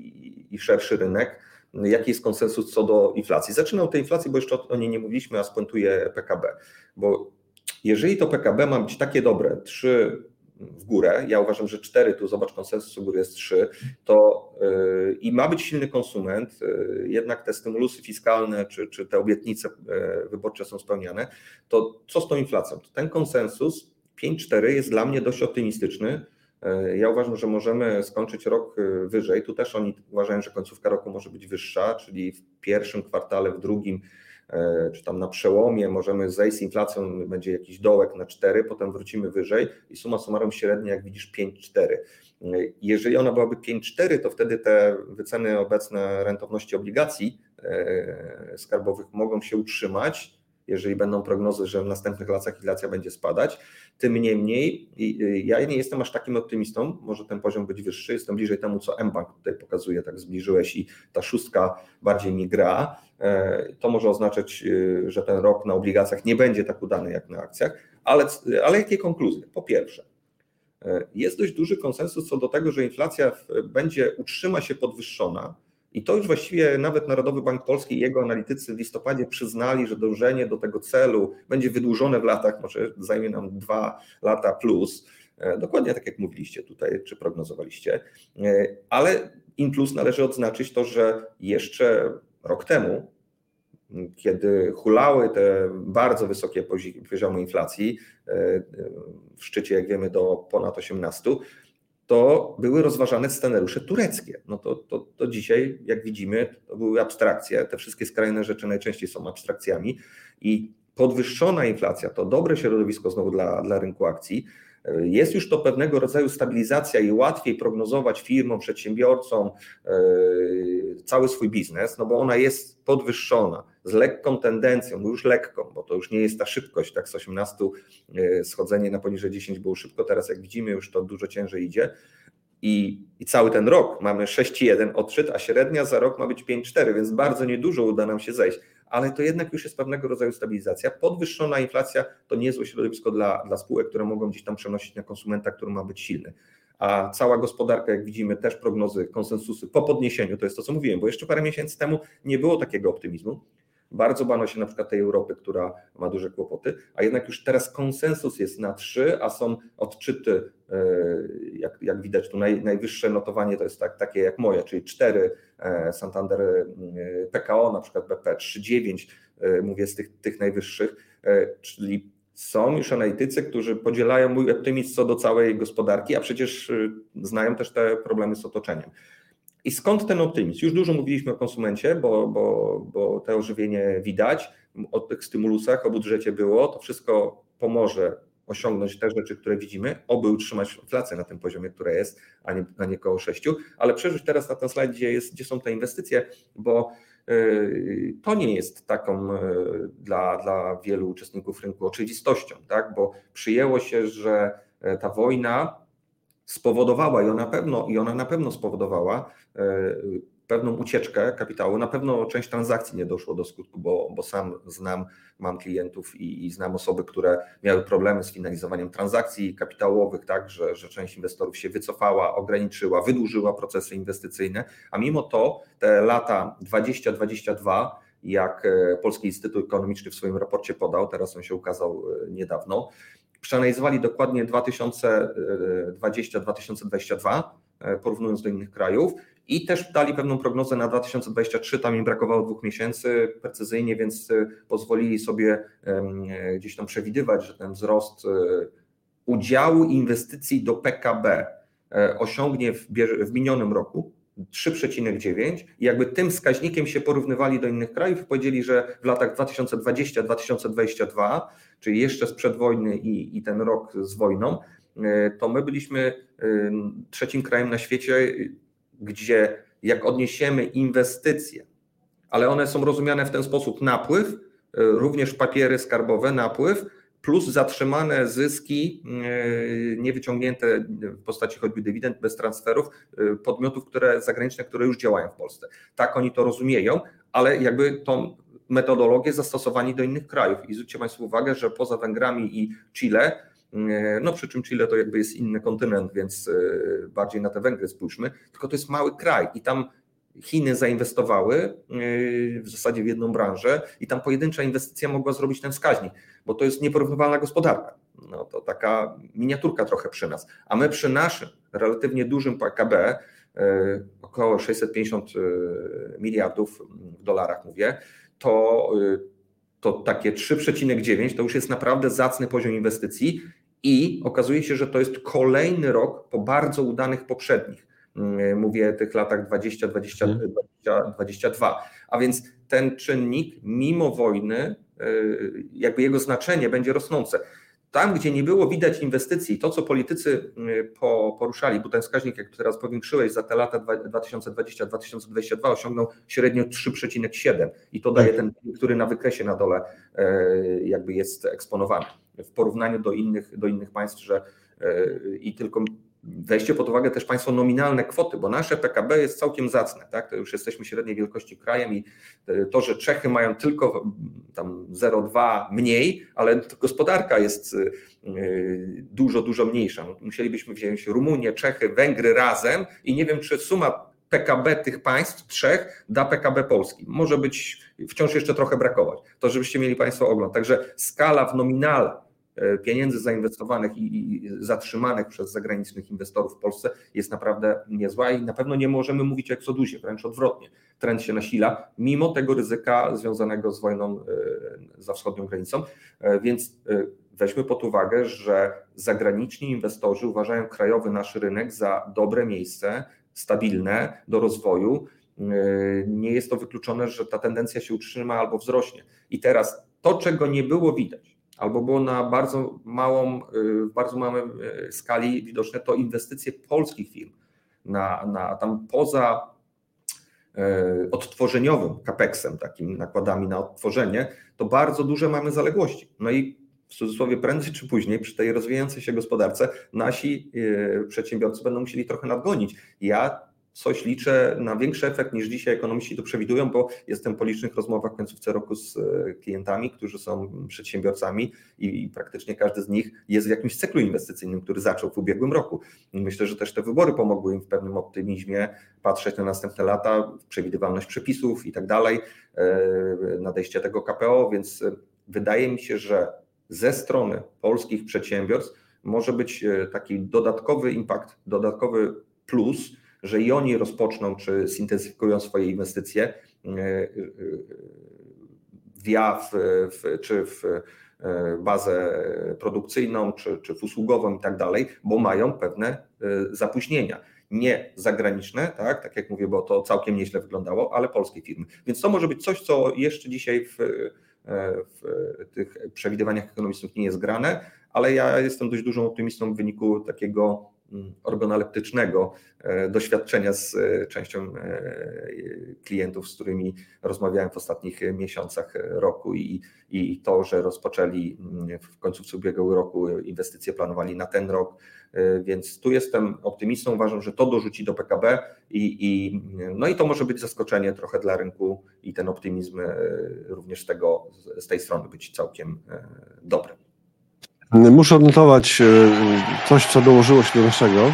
i szerszy rynek, jaki jest konsensus co do inflacji. Zaczynam od tej inflacji, bo jeszcze o niej nie mówiliśmy, a spuentuję PKB, bo jeżeli to PKB ma być takie dobre, 3 w górę, ja uważam, że 4, tu zobacz, konsensus u góry jest 3, to i ma być silny konsument, jednak te stymulusy fiskalne czy te obietnice wyborcze są spełniane, to co z tą inflacją? To ten konsensus 5,4 jest dla mnie dość optymistyczny. Ja uważam, że możemy skończyć rok wyżej. Tu też oni uważają, że końcówka roku może być wyższa, czyli w pierwszym kwartale, w drugim, czy tam na przełomie możemy zejść z inflacją, będzie jakiś dołek na 4, potem wrócimy wyżej i summa summarum średnia, jak widzisz, 5,4. Jeżeli ona byłaby 5,4, to wtedy te wyceny obecne rentowności obligacji skarbowych mogą się utrzymać, jeżeli będą prognozy, że w następnych latach inflacja będzie spadać. Tym niemniej ja nie jestem aż takim optymistą, może ten poziom być wyższy, jestem bliżej temu, co mBank tutaj pokazuje, tak zbliżyłeś i ta 6 bardziej mi gra. To może oznaczać, że ten rok na obligacjach nie będzie tak udany jak na akcjach, ale jakie konkluzje? Po pierwsze, jest dość duży konsensus co do tego, że inflacja utrzyma się podwyższona i to już właściwie nawet Narodowy Bank Polski i jego analitycy w listopadzie przyznali, że dążenie do tego celu będzie wydłużone w latach, może zajmie nam 2 lata plus, dokładnie tak jak mówiliście tutaj, czy prognozowaliście, ale in plus należy odznaczyć to, że jeszcze rok temu, kiedy hulały te bardzo wysokie poziomy inflacji, w szczycie, jak wiemy, do ponad 18, to były rozważane scenariusze tureckie. No to dzisiaj, jak widzimy, to były abstrakcje. Te wszystkie skrajne rzeczy najczęściej są abstrakcjami i podwyższona inflacja to dobre środowisko znowu dla rynku akcji. Jest już to pewnego rodzaju stabilizacja i łatwiej prognozować firmom, przedsiębiorcom cały swój biznes, no bo ona jest podwyższona z lekką tendencją, bo już lekką, bo to już nie jest ta szybkość, tak z 18 schodzenie na poniżej 10 było szybko, teraz jak widzimy już to dużo ciężej idzie i cały ten rok mamy 6,1 odczyt, a średnia za rok ma być 5,4, więc bardzo niedużo uda nam się zejść, ale to jednak już jest pewnego rodzaju stabilizacja. Podwyższona inflacja to niezłe środowisko dla spółek, które mogą gdzieś tam przenosić na konsumenta, który ma być silny. A cała gospodarka, jak widzimy, też prognozy, konsensusy po podniesieniu, to jest to, co mówiłem, bo jeszcze parę miesięcy temu nie było takiego optymizmu. Bardzo bano się na przykład tej Europy, która ma duże kłopoty, a jednak już teraz konsensus jest na 3, a są odczyty, jak widać tu najwyższe notowanie to jest takie jak moje, czyli 4 Santander PKO, na przykład BP 3,9, mówię z tych najwyższych, czyli są już analitycy, którzy podzielają mój optymizm co do całej gospodarki, a przecież znają też te problemy z otoczeniem. I skąd ten optymizm? Już dużo mówiliśmy o konsumencie, bo to ożywienie widać, o tych stymulusach, o budżecie było, to wszystko pomoże osiągnąć te rzeczy, które widzimy, oby utrzymać inflację na tym poziomie, która jest, a nie koło 6, ale przerzuć teraz na ten slajd, gdzie są te inwestycje, bo to nie jest taką dla wielu uczestników rynku oczywistością, tak? Bo przyjęło się, że ta wojna spowodowała i ona na pewno spowodowała pewną ucieczkę kapitału. Na pewno część transakcji nie doszło do skutku, bo sam mam klientów i znam osoby, które miały problemy z finalizowaniem transakcji kapitałowych, tak, że część inwestorów się wycofała, ograniczyła, wydłużyła procesy inwestycyjne, a mimo to te lata 2022, jak Polski Instytut Ekonomiczny w swoim raporcie podał, teraz on się ukazał niedawno, przeanalizowali dokładnie 2020-2022, porównując do innych krajów i też dali pewną prognozę na 2023, tam im brakowało 2 miesięcy precyzyjnie, więc pozwolili sobie gdzieś tam przewidywać, że ten wzrost udziału inwestycji do PKB osiągnie w minionym roku 3,9 i jakby tym wskaźnikiem się porównywali do innych krajów i powiedzieli, że w latach 2020-2022, czyli jeszcze sprzed wojny i ten rok z wojną, to my byliśmy trzecim krajem na świecie, gdzie jak odniesiemy inwestycje, ale one są rozumiane w ten sposób: napływ, również papiery skarbowe, napływ, plus zatrzymane zyski niewyciągnięte w postaci choćby dywidend bez transferów podmiotów zagraniczne, które już działają w Polsce. Tak oni to rozumieją, ale jakby tą metodologię zastosowani do innych krajów. I zwróćcie Państwo uwagę, że poza Węgrami i Chile, no przy czym Chile to jakby jest inny kontynent, więc bardziej na te Węgry spójrzmy, tylko to jest mały kraj i tam Chiny zainwestowały w zasadzie w jedną branżę i tam pojedyncza inwestycja mogła zrobić ten wskaźnik, bo to jest nieporównywalna gospodarka. No to taka miniaturka trochę przy nas. A my przy naszym relatywnie dużym PKB, około 650 miliardów w dolarach mówię, to takie 3,9 to już jest naprawdę zacny poziom inwestycji i okazuje się, że to jest kolejny rok po bardzo udanych poprzednich. Mówię o tych latach 20-22. A więc ten czynnik mimo wojny, jakby jego znaczenie będzie rosnące. Tam, gdzie nie było widać inwestycji, to co politycy poruszali, bo ten wskaźnik, jak teraz powiększyłeś, za te lata 2020-2022 osiągnął średnio 3,7 i to daje ten, który na wykresie na dole jakby jest eksponowany w porównaniu do innych państw, że i tylko weźcie pod uwagę też Państwo nominalne kwoty, bo nasze PKB jest całkiem zacne, tak? To już jesteśmy średniej wielkości krajem i to, że Czechy mają tylko tam 0,2 mniej, ale gospodarka jest dużo mniejsza. Musielibyśmy wziąć Rumunię, Czechy, Węgry razem i nie wiem, czy suma PKB tych państw trzech da PKB Polski. Może być wciąż jeszcze trochę brakować. To żebyście mieli Państwo ogląd. Także skala w nominale pieniędzy zainwestowanych i zatrzymanych przez zagranicznych inwestorów w Polsce jest naprawdę niezła i na pewno nie możemy mówić o eksodusie, wręcz odwrotnie. Trend się nasila, mimo tego ryzyka związanego z wojną za wschodnią granicą, więc weźmy pod uwagę, że zagraniczni inwestorzy uważają krajowy nasz rynek za dobre miejsce, stabilne do rozwoju. Nie jest to wykluczone, że ta tendencja się utrzyma albo wzrośnie. I teraz to, czego nie było widać, albo było na bardzo małej skali widoczne, to inwestycje polskich firm tam poza odtworzeniowym capex-em, takim nakładami na odtworzenie, to bardzo duże mamy zaległości. No i w cudzysłowie prędzej czy później przy tej rozwijającej się gospodarce nasi przedsiębiorcy będą musieli trochę nadgonić. Ja coś liczę na większy efekt niż dzisiaj ekonomiści to przewidują, bo jestem po licznych rozmowach w końcówce roku z klientami, którzy są przedsiębiorcami i praktycznie każdy z nich jest w jakimś cyklu inwestycyjnym, który zaczął w ubiegłym roku. I myślę, że też te wybory pomogły im w pewnym optymizmie patrzeć na następne lata, przewidywalność przepisów i tak dalej, nadejście tego KPO, więc wydaje mi się, że ze strony polskich przedsiębiorstw może być taki dodatkowy impact, dodatkowy plus, że i oni rozpoczną czy zintensyfikują swoje inwestycje czy w bazę produkcyjną, czy w usługową i tak dalej, bo mają pewne zapóźnienia. Nie zagraniczne, tak jak mówię, bo to całkiem nieźle wyglądało, ale polskie firmy. Więc to może być coś, co jeszcze dzisiaj w tych przewidywaniach ekonomicznych nie jest grane, ale ja jestem dość dużą optymistą w wyniku takiego organoleptycznego doświadczenia z częścią klientów, z którymi rozmawiałem w ostatnich miesiącach roku i to, że rozpoczęli w końcówce ubiegłego roku inwestycje, planowali na ten rok, więc tu jestem optymistą, uważam, że to dorzuci do PKB i to może być zaskoczenie trochę dla rynku i ten optymizm również z tej strony być całkiem dobry. Muszę odnotować coś, co dołożyło się do naszego.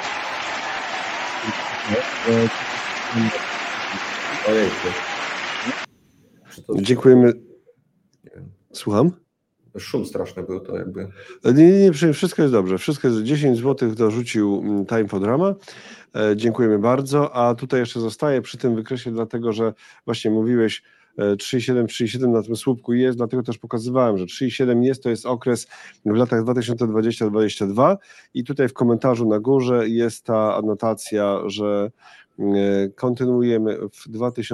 Dziękujemy. Słucham? Szum straszny był, to jakby... Nie, wszystko jest dobrze. Wszystko jest 10 zł dorzucił Time for Drama. Dziękujemy bardzo. A tutaj jeszcze zostaję przy tym wykresie, dlatego że właśnie mówiłeś 3,7 na tym słupku jest, dlatego też pokazywałem, że 3,7 to jest okres w latach 2020-2022 i tutaj w komentarzu na górze jest ta anotacja, że kontynuujemy w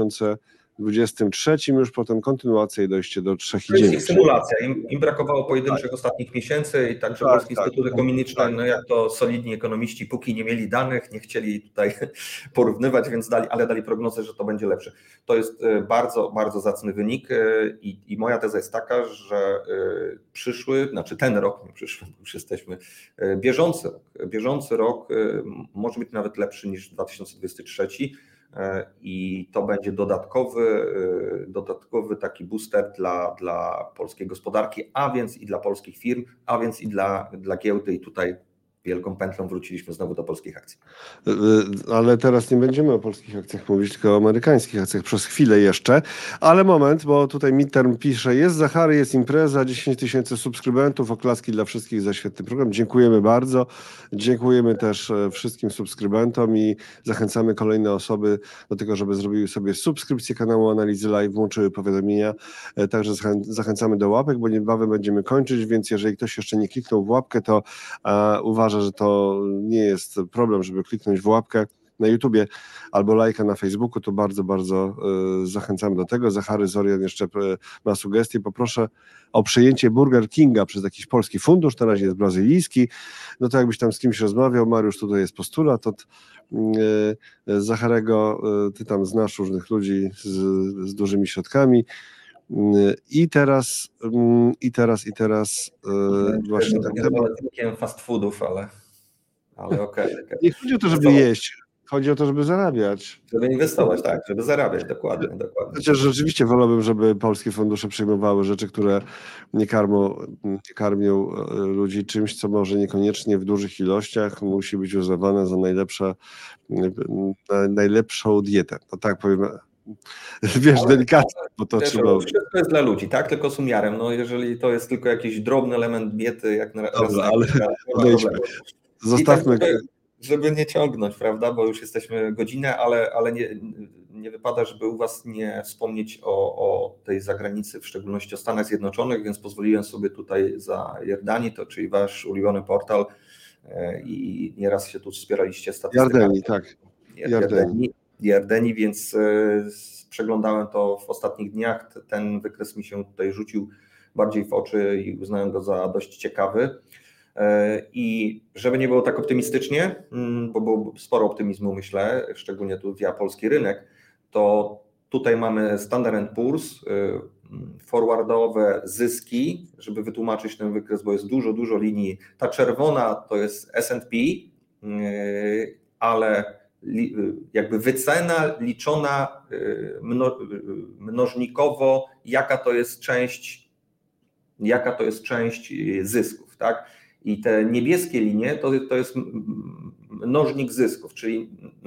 2023, już potem kontynuacja i dojście do 3,9. To jest ich symulacja. Im brakowało pojedynczych ostatnich miesięcy i także Polski Instytut Ekonomiczny, jak to solidni ekonomiści, póki nie mieli danych, nie chcieli tutaj porównywać, więc dali prognozę, że to będzie lepsze. To jest bardzo, bardzo zacny wynik i moja teza jest taka, że ten rok, nie przyszły, już jesteśmy, bieżący rok może być nawet lepszy niż 2023. I to będzie dodatkowy taki booster dla polskiej gospodarki, a więc i dla polskich firm, a więc i dla giełdy i tutaj wielką pętlą wróciliśmy znowu do polskich akcji. Ale teraz nie będziemy o polskich akcjach mówić, tylko o amerykańskich akcjach przez chwilę jeszcze, ale moment, bo tutaj Midterm pisze, jest Zachary, jest impreza, 10 000 subskrybentów, oklaski dla wszystkich za świetny program. Dziękujemy bardzo, dziękujemy też wszystkim subskrybentom i zachęcamy kolejne osoby do tego, żeby zrobiły sobie subskrypcję kanału Analizy Live, włączyły powiadomienia, także zachęcamy do łapek, bo niebawem będziemy kończyć, więc jeżeli ktoś jeszcze nie kliknął w łapkę, to uważa, że to nie jest problem, żeby kliknąć w łapkę na YouTubie albo lajka na Facebooku, to bardzo, bardzo zachęcamy do tego. Zachary Zorian jeszcze ma sugestię. Poproszę o przejęcie Burger Kinga przez jakiś polski fundusz, na razie jest brazylijski. No to jakbyś tam z kimś rozmawiał, Mariusz, tutaj jest postulat od Zacharego, ty tam znasz różnych ludzi z dużymi środkami. I teraz właśnie ten temat. Fast foodów, ale okej. Nie chodzi o to, żeby jeść, chodzi o to, żeby zarabiać. Żeby inwestować, tak, żeby zarabiać, dokładnie. Chociaż rzeczywiście wolałbym, żeby polskie fundusze przyjmowały rzeczy, które nie karmią ludzi czymś, co może niekoniecznie w dużych ilościach musi być uznawane za najlepszą dietę. No tak powiem. Wiesz, delikatnie, bo to trzeba... Wszystko jest dla ludzi, tak? Tylko z umiarem. No, jeżeli to jest tylko jakiś drobny element diety, jak na raz ale zostawmy... Żeby nie ciągnąć, prawda? Bo już jesteśmy godzinę, ale nie wypada, żeby u Was nie wspomnieć o tej zagranicy, w szczególności o Stanach Zjednoczonych, więc pozwoliłem sobie tutaj za Jerdanii, czyli Wasz ulubiony portal i nieraz się tu wspieraliście statystykami. Jardanii, tak. Jardanii, więc przeglądałem to w ostatnich dniach. Ten wykres mi się tutaj rzucił bardziej w oczy i uznałem go za dość ciekawy. I żeby nie było tak optymistycznie, bo było sporo optymizmu, myślę, szczególnie tu via polski rynek, to tutaj mamy Standard & Poor's, forwardowe zyski, żeby wytłumaczyć ten wykres, bo jest dużo linii. Ta czerwona to jest S&P, ale jakby wycena liczona mnożnikowo, jaka to jest część zysków, tak? I te niebieskie linie to jest mnożnik zysków, czyli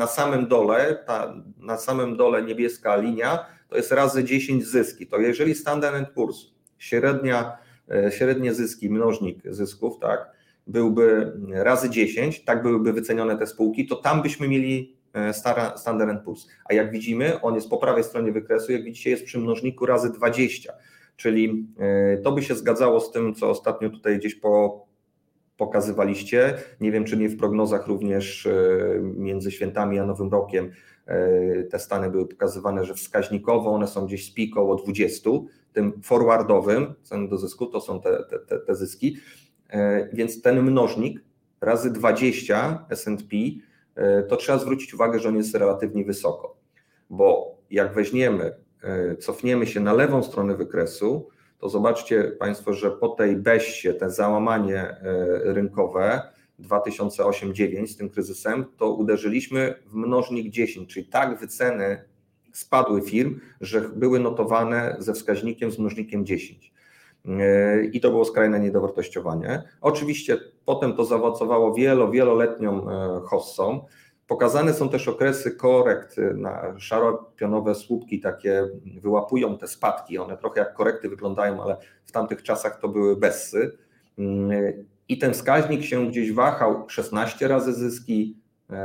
na samym dole niebieska linia to jest razy 10 zyski. To jeżeli Standard & Poor's średnie zyski, mnożnik zysków, tak, byłby razy 10, tak byłyby wycenione te spółki, to tam byśmy mieli Standard & Poor's. A jak widzimy, on jest po prawej stronie wykresu, jak widzicie jest przy mnożniku razy 20, czyli to by się zgadzało z tym, co ostatnio tutaj gdzieś pokazywaliście. Nie wiem, czy nie w prognozach również między świętami a Nowym Rokiem te stany były pokazywane, że wskaźnikowo one są gdzieś z peak około 20, tym forwardowym, ceny do zysku, to są te zyski, więc ten mnożnik razy 20 S&P, to trzeba zwrócić uwagę, że on jest relatywnie wysoko, bo jak cofniemy się na lewą stronę wykresu, to zobaczcie Państwo, że po tej BES-ie, te załamanie rynkowe 2008-2009 z tym kryzysem, to uderzyliśmy w mnożnik 10, czyli tak wyceny spadły firm, że były notowane ze wskaźnikiem z mnożnikiem 10. I to było skrajne niedowartościowanie. Oczywiście potem to zaowocowało wieloletnią hossą. Pokazane są też okresy korekt na szaropionowe słupki, takie wyłapują te spadki, one trochę jak korekty wyglądają, ale w tamtych czasach to były bessy. I ten wskaźnik się gdzieś wahał 16 razy zyski,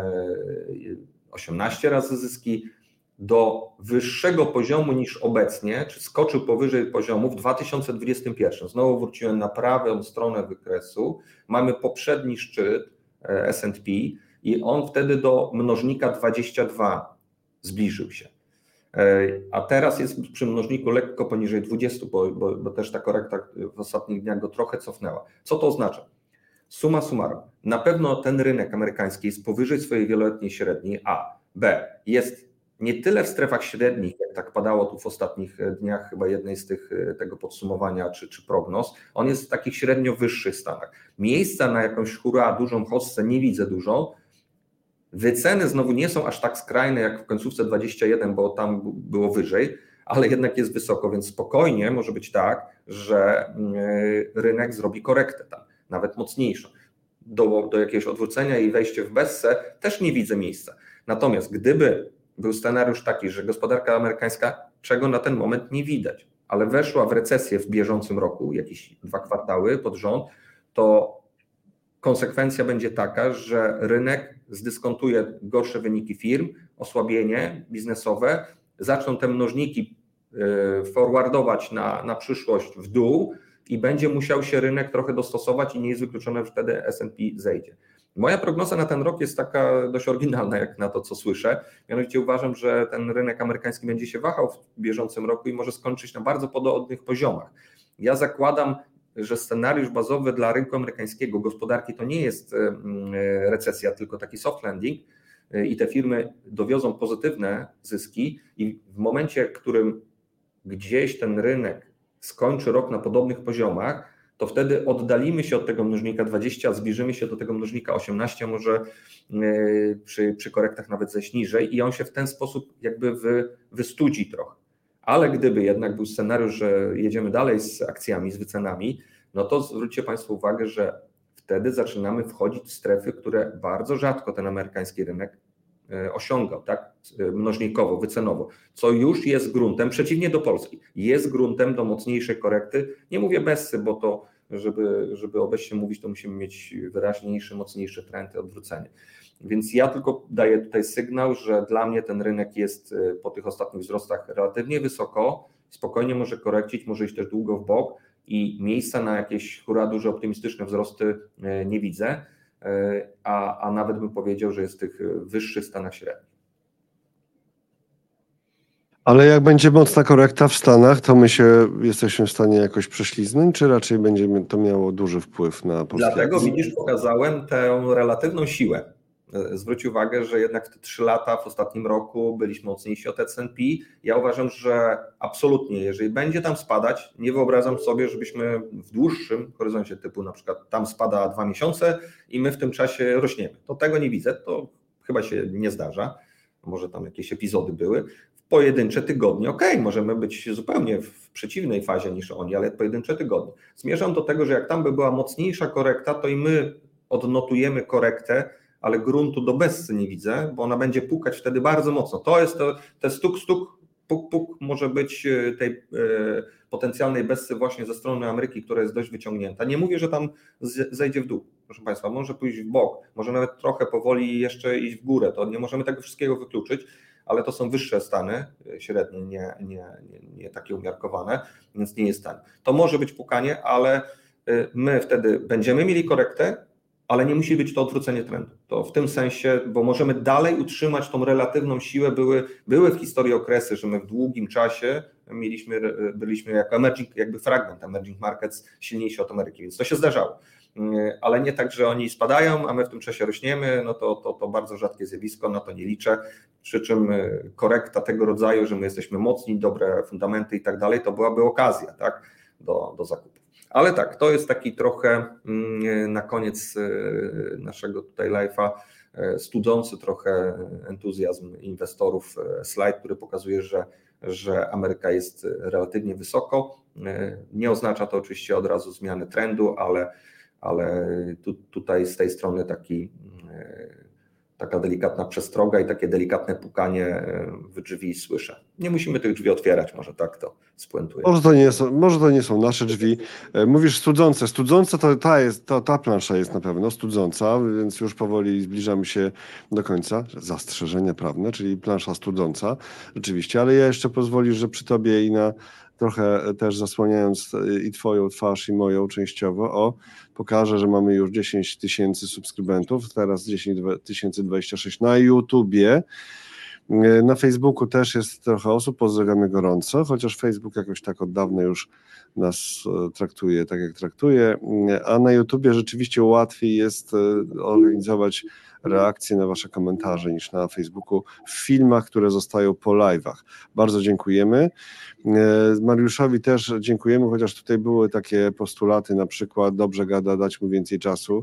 18 razy zyski, do wyższego poziomu niż obecnie, czy skoczył powyżej poziomu w 2021. Znowu wróciłem na prawą stronę wykresu, mamy poprzedni szczyt S&P i on wtedy do mnożnika 22 zbliżył się. A teraz jest przy mnożniku lekko poniżej 20, bo też ta korekta w ostatnich dniach go trochę cofnęła. Co to oznacza? Summa summarum, na pewno ten rynek amerykański jest powyżej swojej wieloletniej średniej, A. B. Jest nie tyle w strefach średnich, jak tak padało tu w ostatnich dniach, chyba jednej z tego podsumowania czy prognoz, on jest w takich średnio wyższych stanach. Miejsca na jakąś dużą hossę nie widzę dużą. Wyceny znowu nie są aż tak skrajne jak w końcówce 21, bo tam było wyżej, ale jednak jest wysoko, więc spokojnie może być tak, że rynek zrobi korektę tam, nawet mocniejszą. Do jakiegoś odwrócenia i wejście w bessę też nie widzę miejsca. Natomiast gdyby był scenariusz taki, że gospodarka amerykańska, czego na ten moment nie widać, ale weszła w recesję w bieżącym roku, jakieś 2 kwartały pod rząd, to konsekwencja będzie taka, że rynek zdyskontuje gorsze wyniki firm, osłabienie biznesowe, zaczną te mnożniki forwardować na przyszłość w dół i będzie musiał się rynek trochę dostosować i nie jest wykluczone, że wtedy S&P zejdzie. Moja prognoza na ten rok jest taka dość oryginalna, jak na to, co słyszę. Mianowicie uważam, że ten rynek amerykański będzie się wahał w bieżącym roku i może skończyć na bardzo podobnych poziomach. Ja zakładam, że scenariusz bazowy dla rynku amerykańskiego, gospodarki, to nie jest recesja, tylko taki soft landing i te firmy dowiozą pozytywne zyski i w momencie, w którym gdzieś ten rynek skończy rok na podobnych poziomach, to wtedy oddalimy się od tego mnożnika 20, a zbliżymy się do tego mnożnika 18, a może przy korektach nawet zejść niżej i on się w ten sposób jakby wystudzi trochę. Ale gdyby jednak był scenariusz, że jedziemy dalej z akcjami, z wycenami, no to zwróćcie Państwo uwagę, że wtedy zaczynamy wchodzić w strefy, które bardzo rzadko ten amerykański rynek osiągał, tak, mnożnikowo, wycenowo, co już jest gruntem, przeciwnie do Polski, jest gruntem do mocniejszej korekty. Nie mówię bessy, bo to, żeby o bessie mówić, to musimy mieć wyraźniejszy, mocniejszy trend i odwrócenie. Więc ja tylko daję tutaj sygnał, że dla mnie ten rynek jest po tych ostatnich wzrostach relatywnie wysoko, spokojnie może korekcić, może iść też długo w bok i miejsca na jakieś duże optymistyczne wzrosty nie widzę, a nawet bym powiedział, że jest w tych wyższych stanach średnich. Ale jak będzie mocna korekta w Stanach, to my jesteśmy w stanie jakoś prześliznąć, czy raczej będzie to miało duży wpływ na polskie Dlatego akcje? widzisz, pokazałem tę relatywną siłę. Zwróć uwagę, że jednak te 3 lata w ostatnim roku byliśmy mocniejsi od S&P. Ja uważam, że absolutnie, jeżeli będzie tam spadać, nie wyobrażam sobie, żebyśmy w dłuższym horyzoncie typu na przykład tam spada 2 miesiące i my w tym czasie rośniemy. To tego nie widzę, to chyba się nie zdarza. Może tam jakieś epizody były. W pojedyncze tygodnie, możemy być zupełnie w przeciwnej fazie niż oni, ale pojedyncze tygodnie. Zmierzam do tego, że jak tam by była mocniejsza korekta, to i my odnotujemy korektę, ale gruntu do bessy nie widzę, bo ona będzie pukać wtedy bardzo mocno. To jest te stuk, puk może być tej potencjalnej bessy właśnie ze strony Ameryki, która jest dość wyciągnięta. Nie mówię, że tam zejdzie w dół, proszę Państwa, może pójść w bok, może nawet trochę powoli jeszcze iść w górę, to nie możemy tego wszystkiego wykluczyć, ale to są wyższe stany, średnie, nie takie umiarkowane, więc nie jest tanie. To może być pukanie, ale my wtedy będziemy mieli korektę, ale nie musi być to odwrócenie trendu. To w tym sensie, bo możemy dalej utrzymać tą relatywną siłę. Były w historii okresy, że my w długim czasie byliśmy jako emerging, jakby fragment emerging markets silniejsi od Ameryki, więc to się zdarzało. ale nie tak, że oni spadają, a my w tym czasie rośniemy, no to bardzo rzadkie zjawisko, na to nie liczę, przy czym korekta tego rodzaju, że my jesteśmy mocni, dobre fundamenty i tak dalej, to byłaby okazja, tak, do zakupu. Ale tak, to jest taki trochę na koniec naszego tutaj live'a studzący trochę entuzjazm inwestorów slajd, który pokazuje, że Ameryka jest relatywnie wysoko. Nie oznacza to oczywiście od razu zmiany trendu, ale tutaj z tej strony taka delikatna przestroga i takie delikatne pukanie w drzwi słyszę. Nie musimy tych drzwi otwierać, może tak to spuentuję. Może to nie są nasze drzwi. Mówisz studzące. Studząca ta plansza jest na pewno studząca, więc już powoli zbliżamy się do końca. Zastrzeżenie prawne, czyli plansza studząca, rzeczywiście, ale ja jeszcze pozwolisz, że przy tobie i trochę też zasłaniając i twoją twarz i moją częściowo, pokażę, że mamy już 10 000 subskrybentów, teraz 10 026 na YouTubie. Na Facebooku też jest trochę osób, pozdrawiamy gorąco, chociaż Facebook jakoś tak od dawna już nas traktuje tak, jak traktuje, a na YouTubie rzeczywiście łatwiej jest organizować reakcje na wasze komentarze niż na Facebooku w filmach, które zostają po live'ach. Bardzo dziękujemy. Mariuszowi też dziękujemy, chociaż tutaj były takie postulaty, na przykład dobrze gada, dać mu więcej czasu.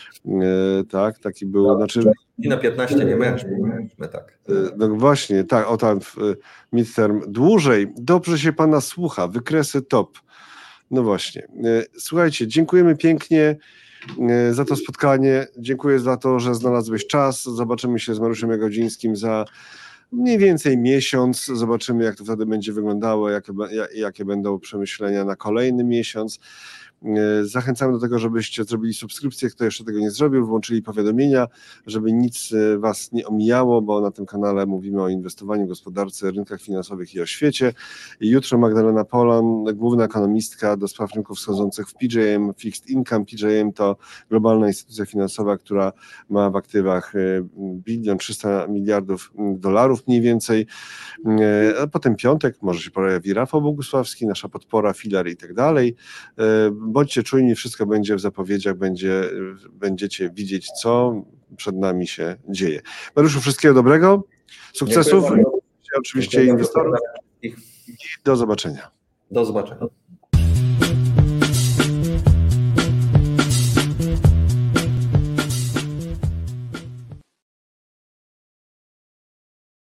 Tak, taki był, znaczy... I na 15 nie męczmy, tak. No właśnie, tak, tam midterm dłużej, dobrze się pana słucha, wykresy top. No właśnie. Słuchajcie, dziękujemy pięknie za to spotkanie, dziękuję za to, że znalazłeś czas, zobaczymy się z Mariuszem Jagodzińskim za mniej więcej miesiąc, zobaczymy jak to wtedy będzie wyglądało, jakie będą przemyślenia na kolejny miesiąc. Zachęcamy do tego, żebyście zrobili subskrypcję, kto jeszcze tego nie zrobił, włączyli powiadomienia, żeby nic was nie omijało, bo na tym kanale mówimy o inwestowaniu, gospodarce, rynkach finansowych i o świecie. I jutro Magdalena Polan, główna ekonomistka do spraw rynków wschodzących w PJM, Fixed Income. PJM to globalna instytucja finansowa, która ma w aktywach 1 300 miliardów dolarów mniej więcej. A potem piątek, może się pojawi Rafał Bogusławski, nasza podpora, filar i tak dalej. Bądźcie czujni, wszystko będzie w zapowiedziach, będziecie widzieć, co przed nami się dzieje. Mariuszu, wszystkiego dobrego, sukcesów, oczywiście inwestorów i do zobaczenia. Do zobaczenia.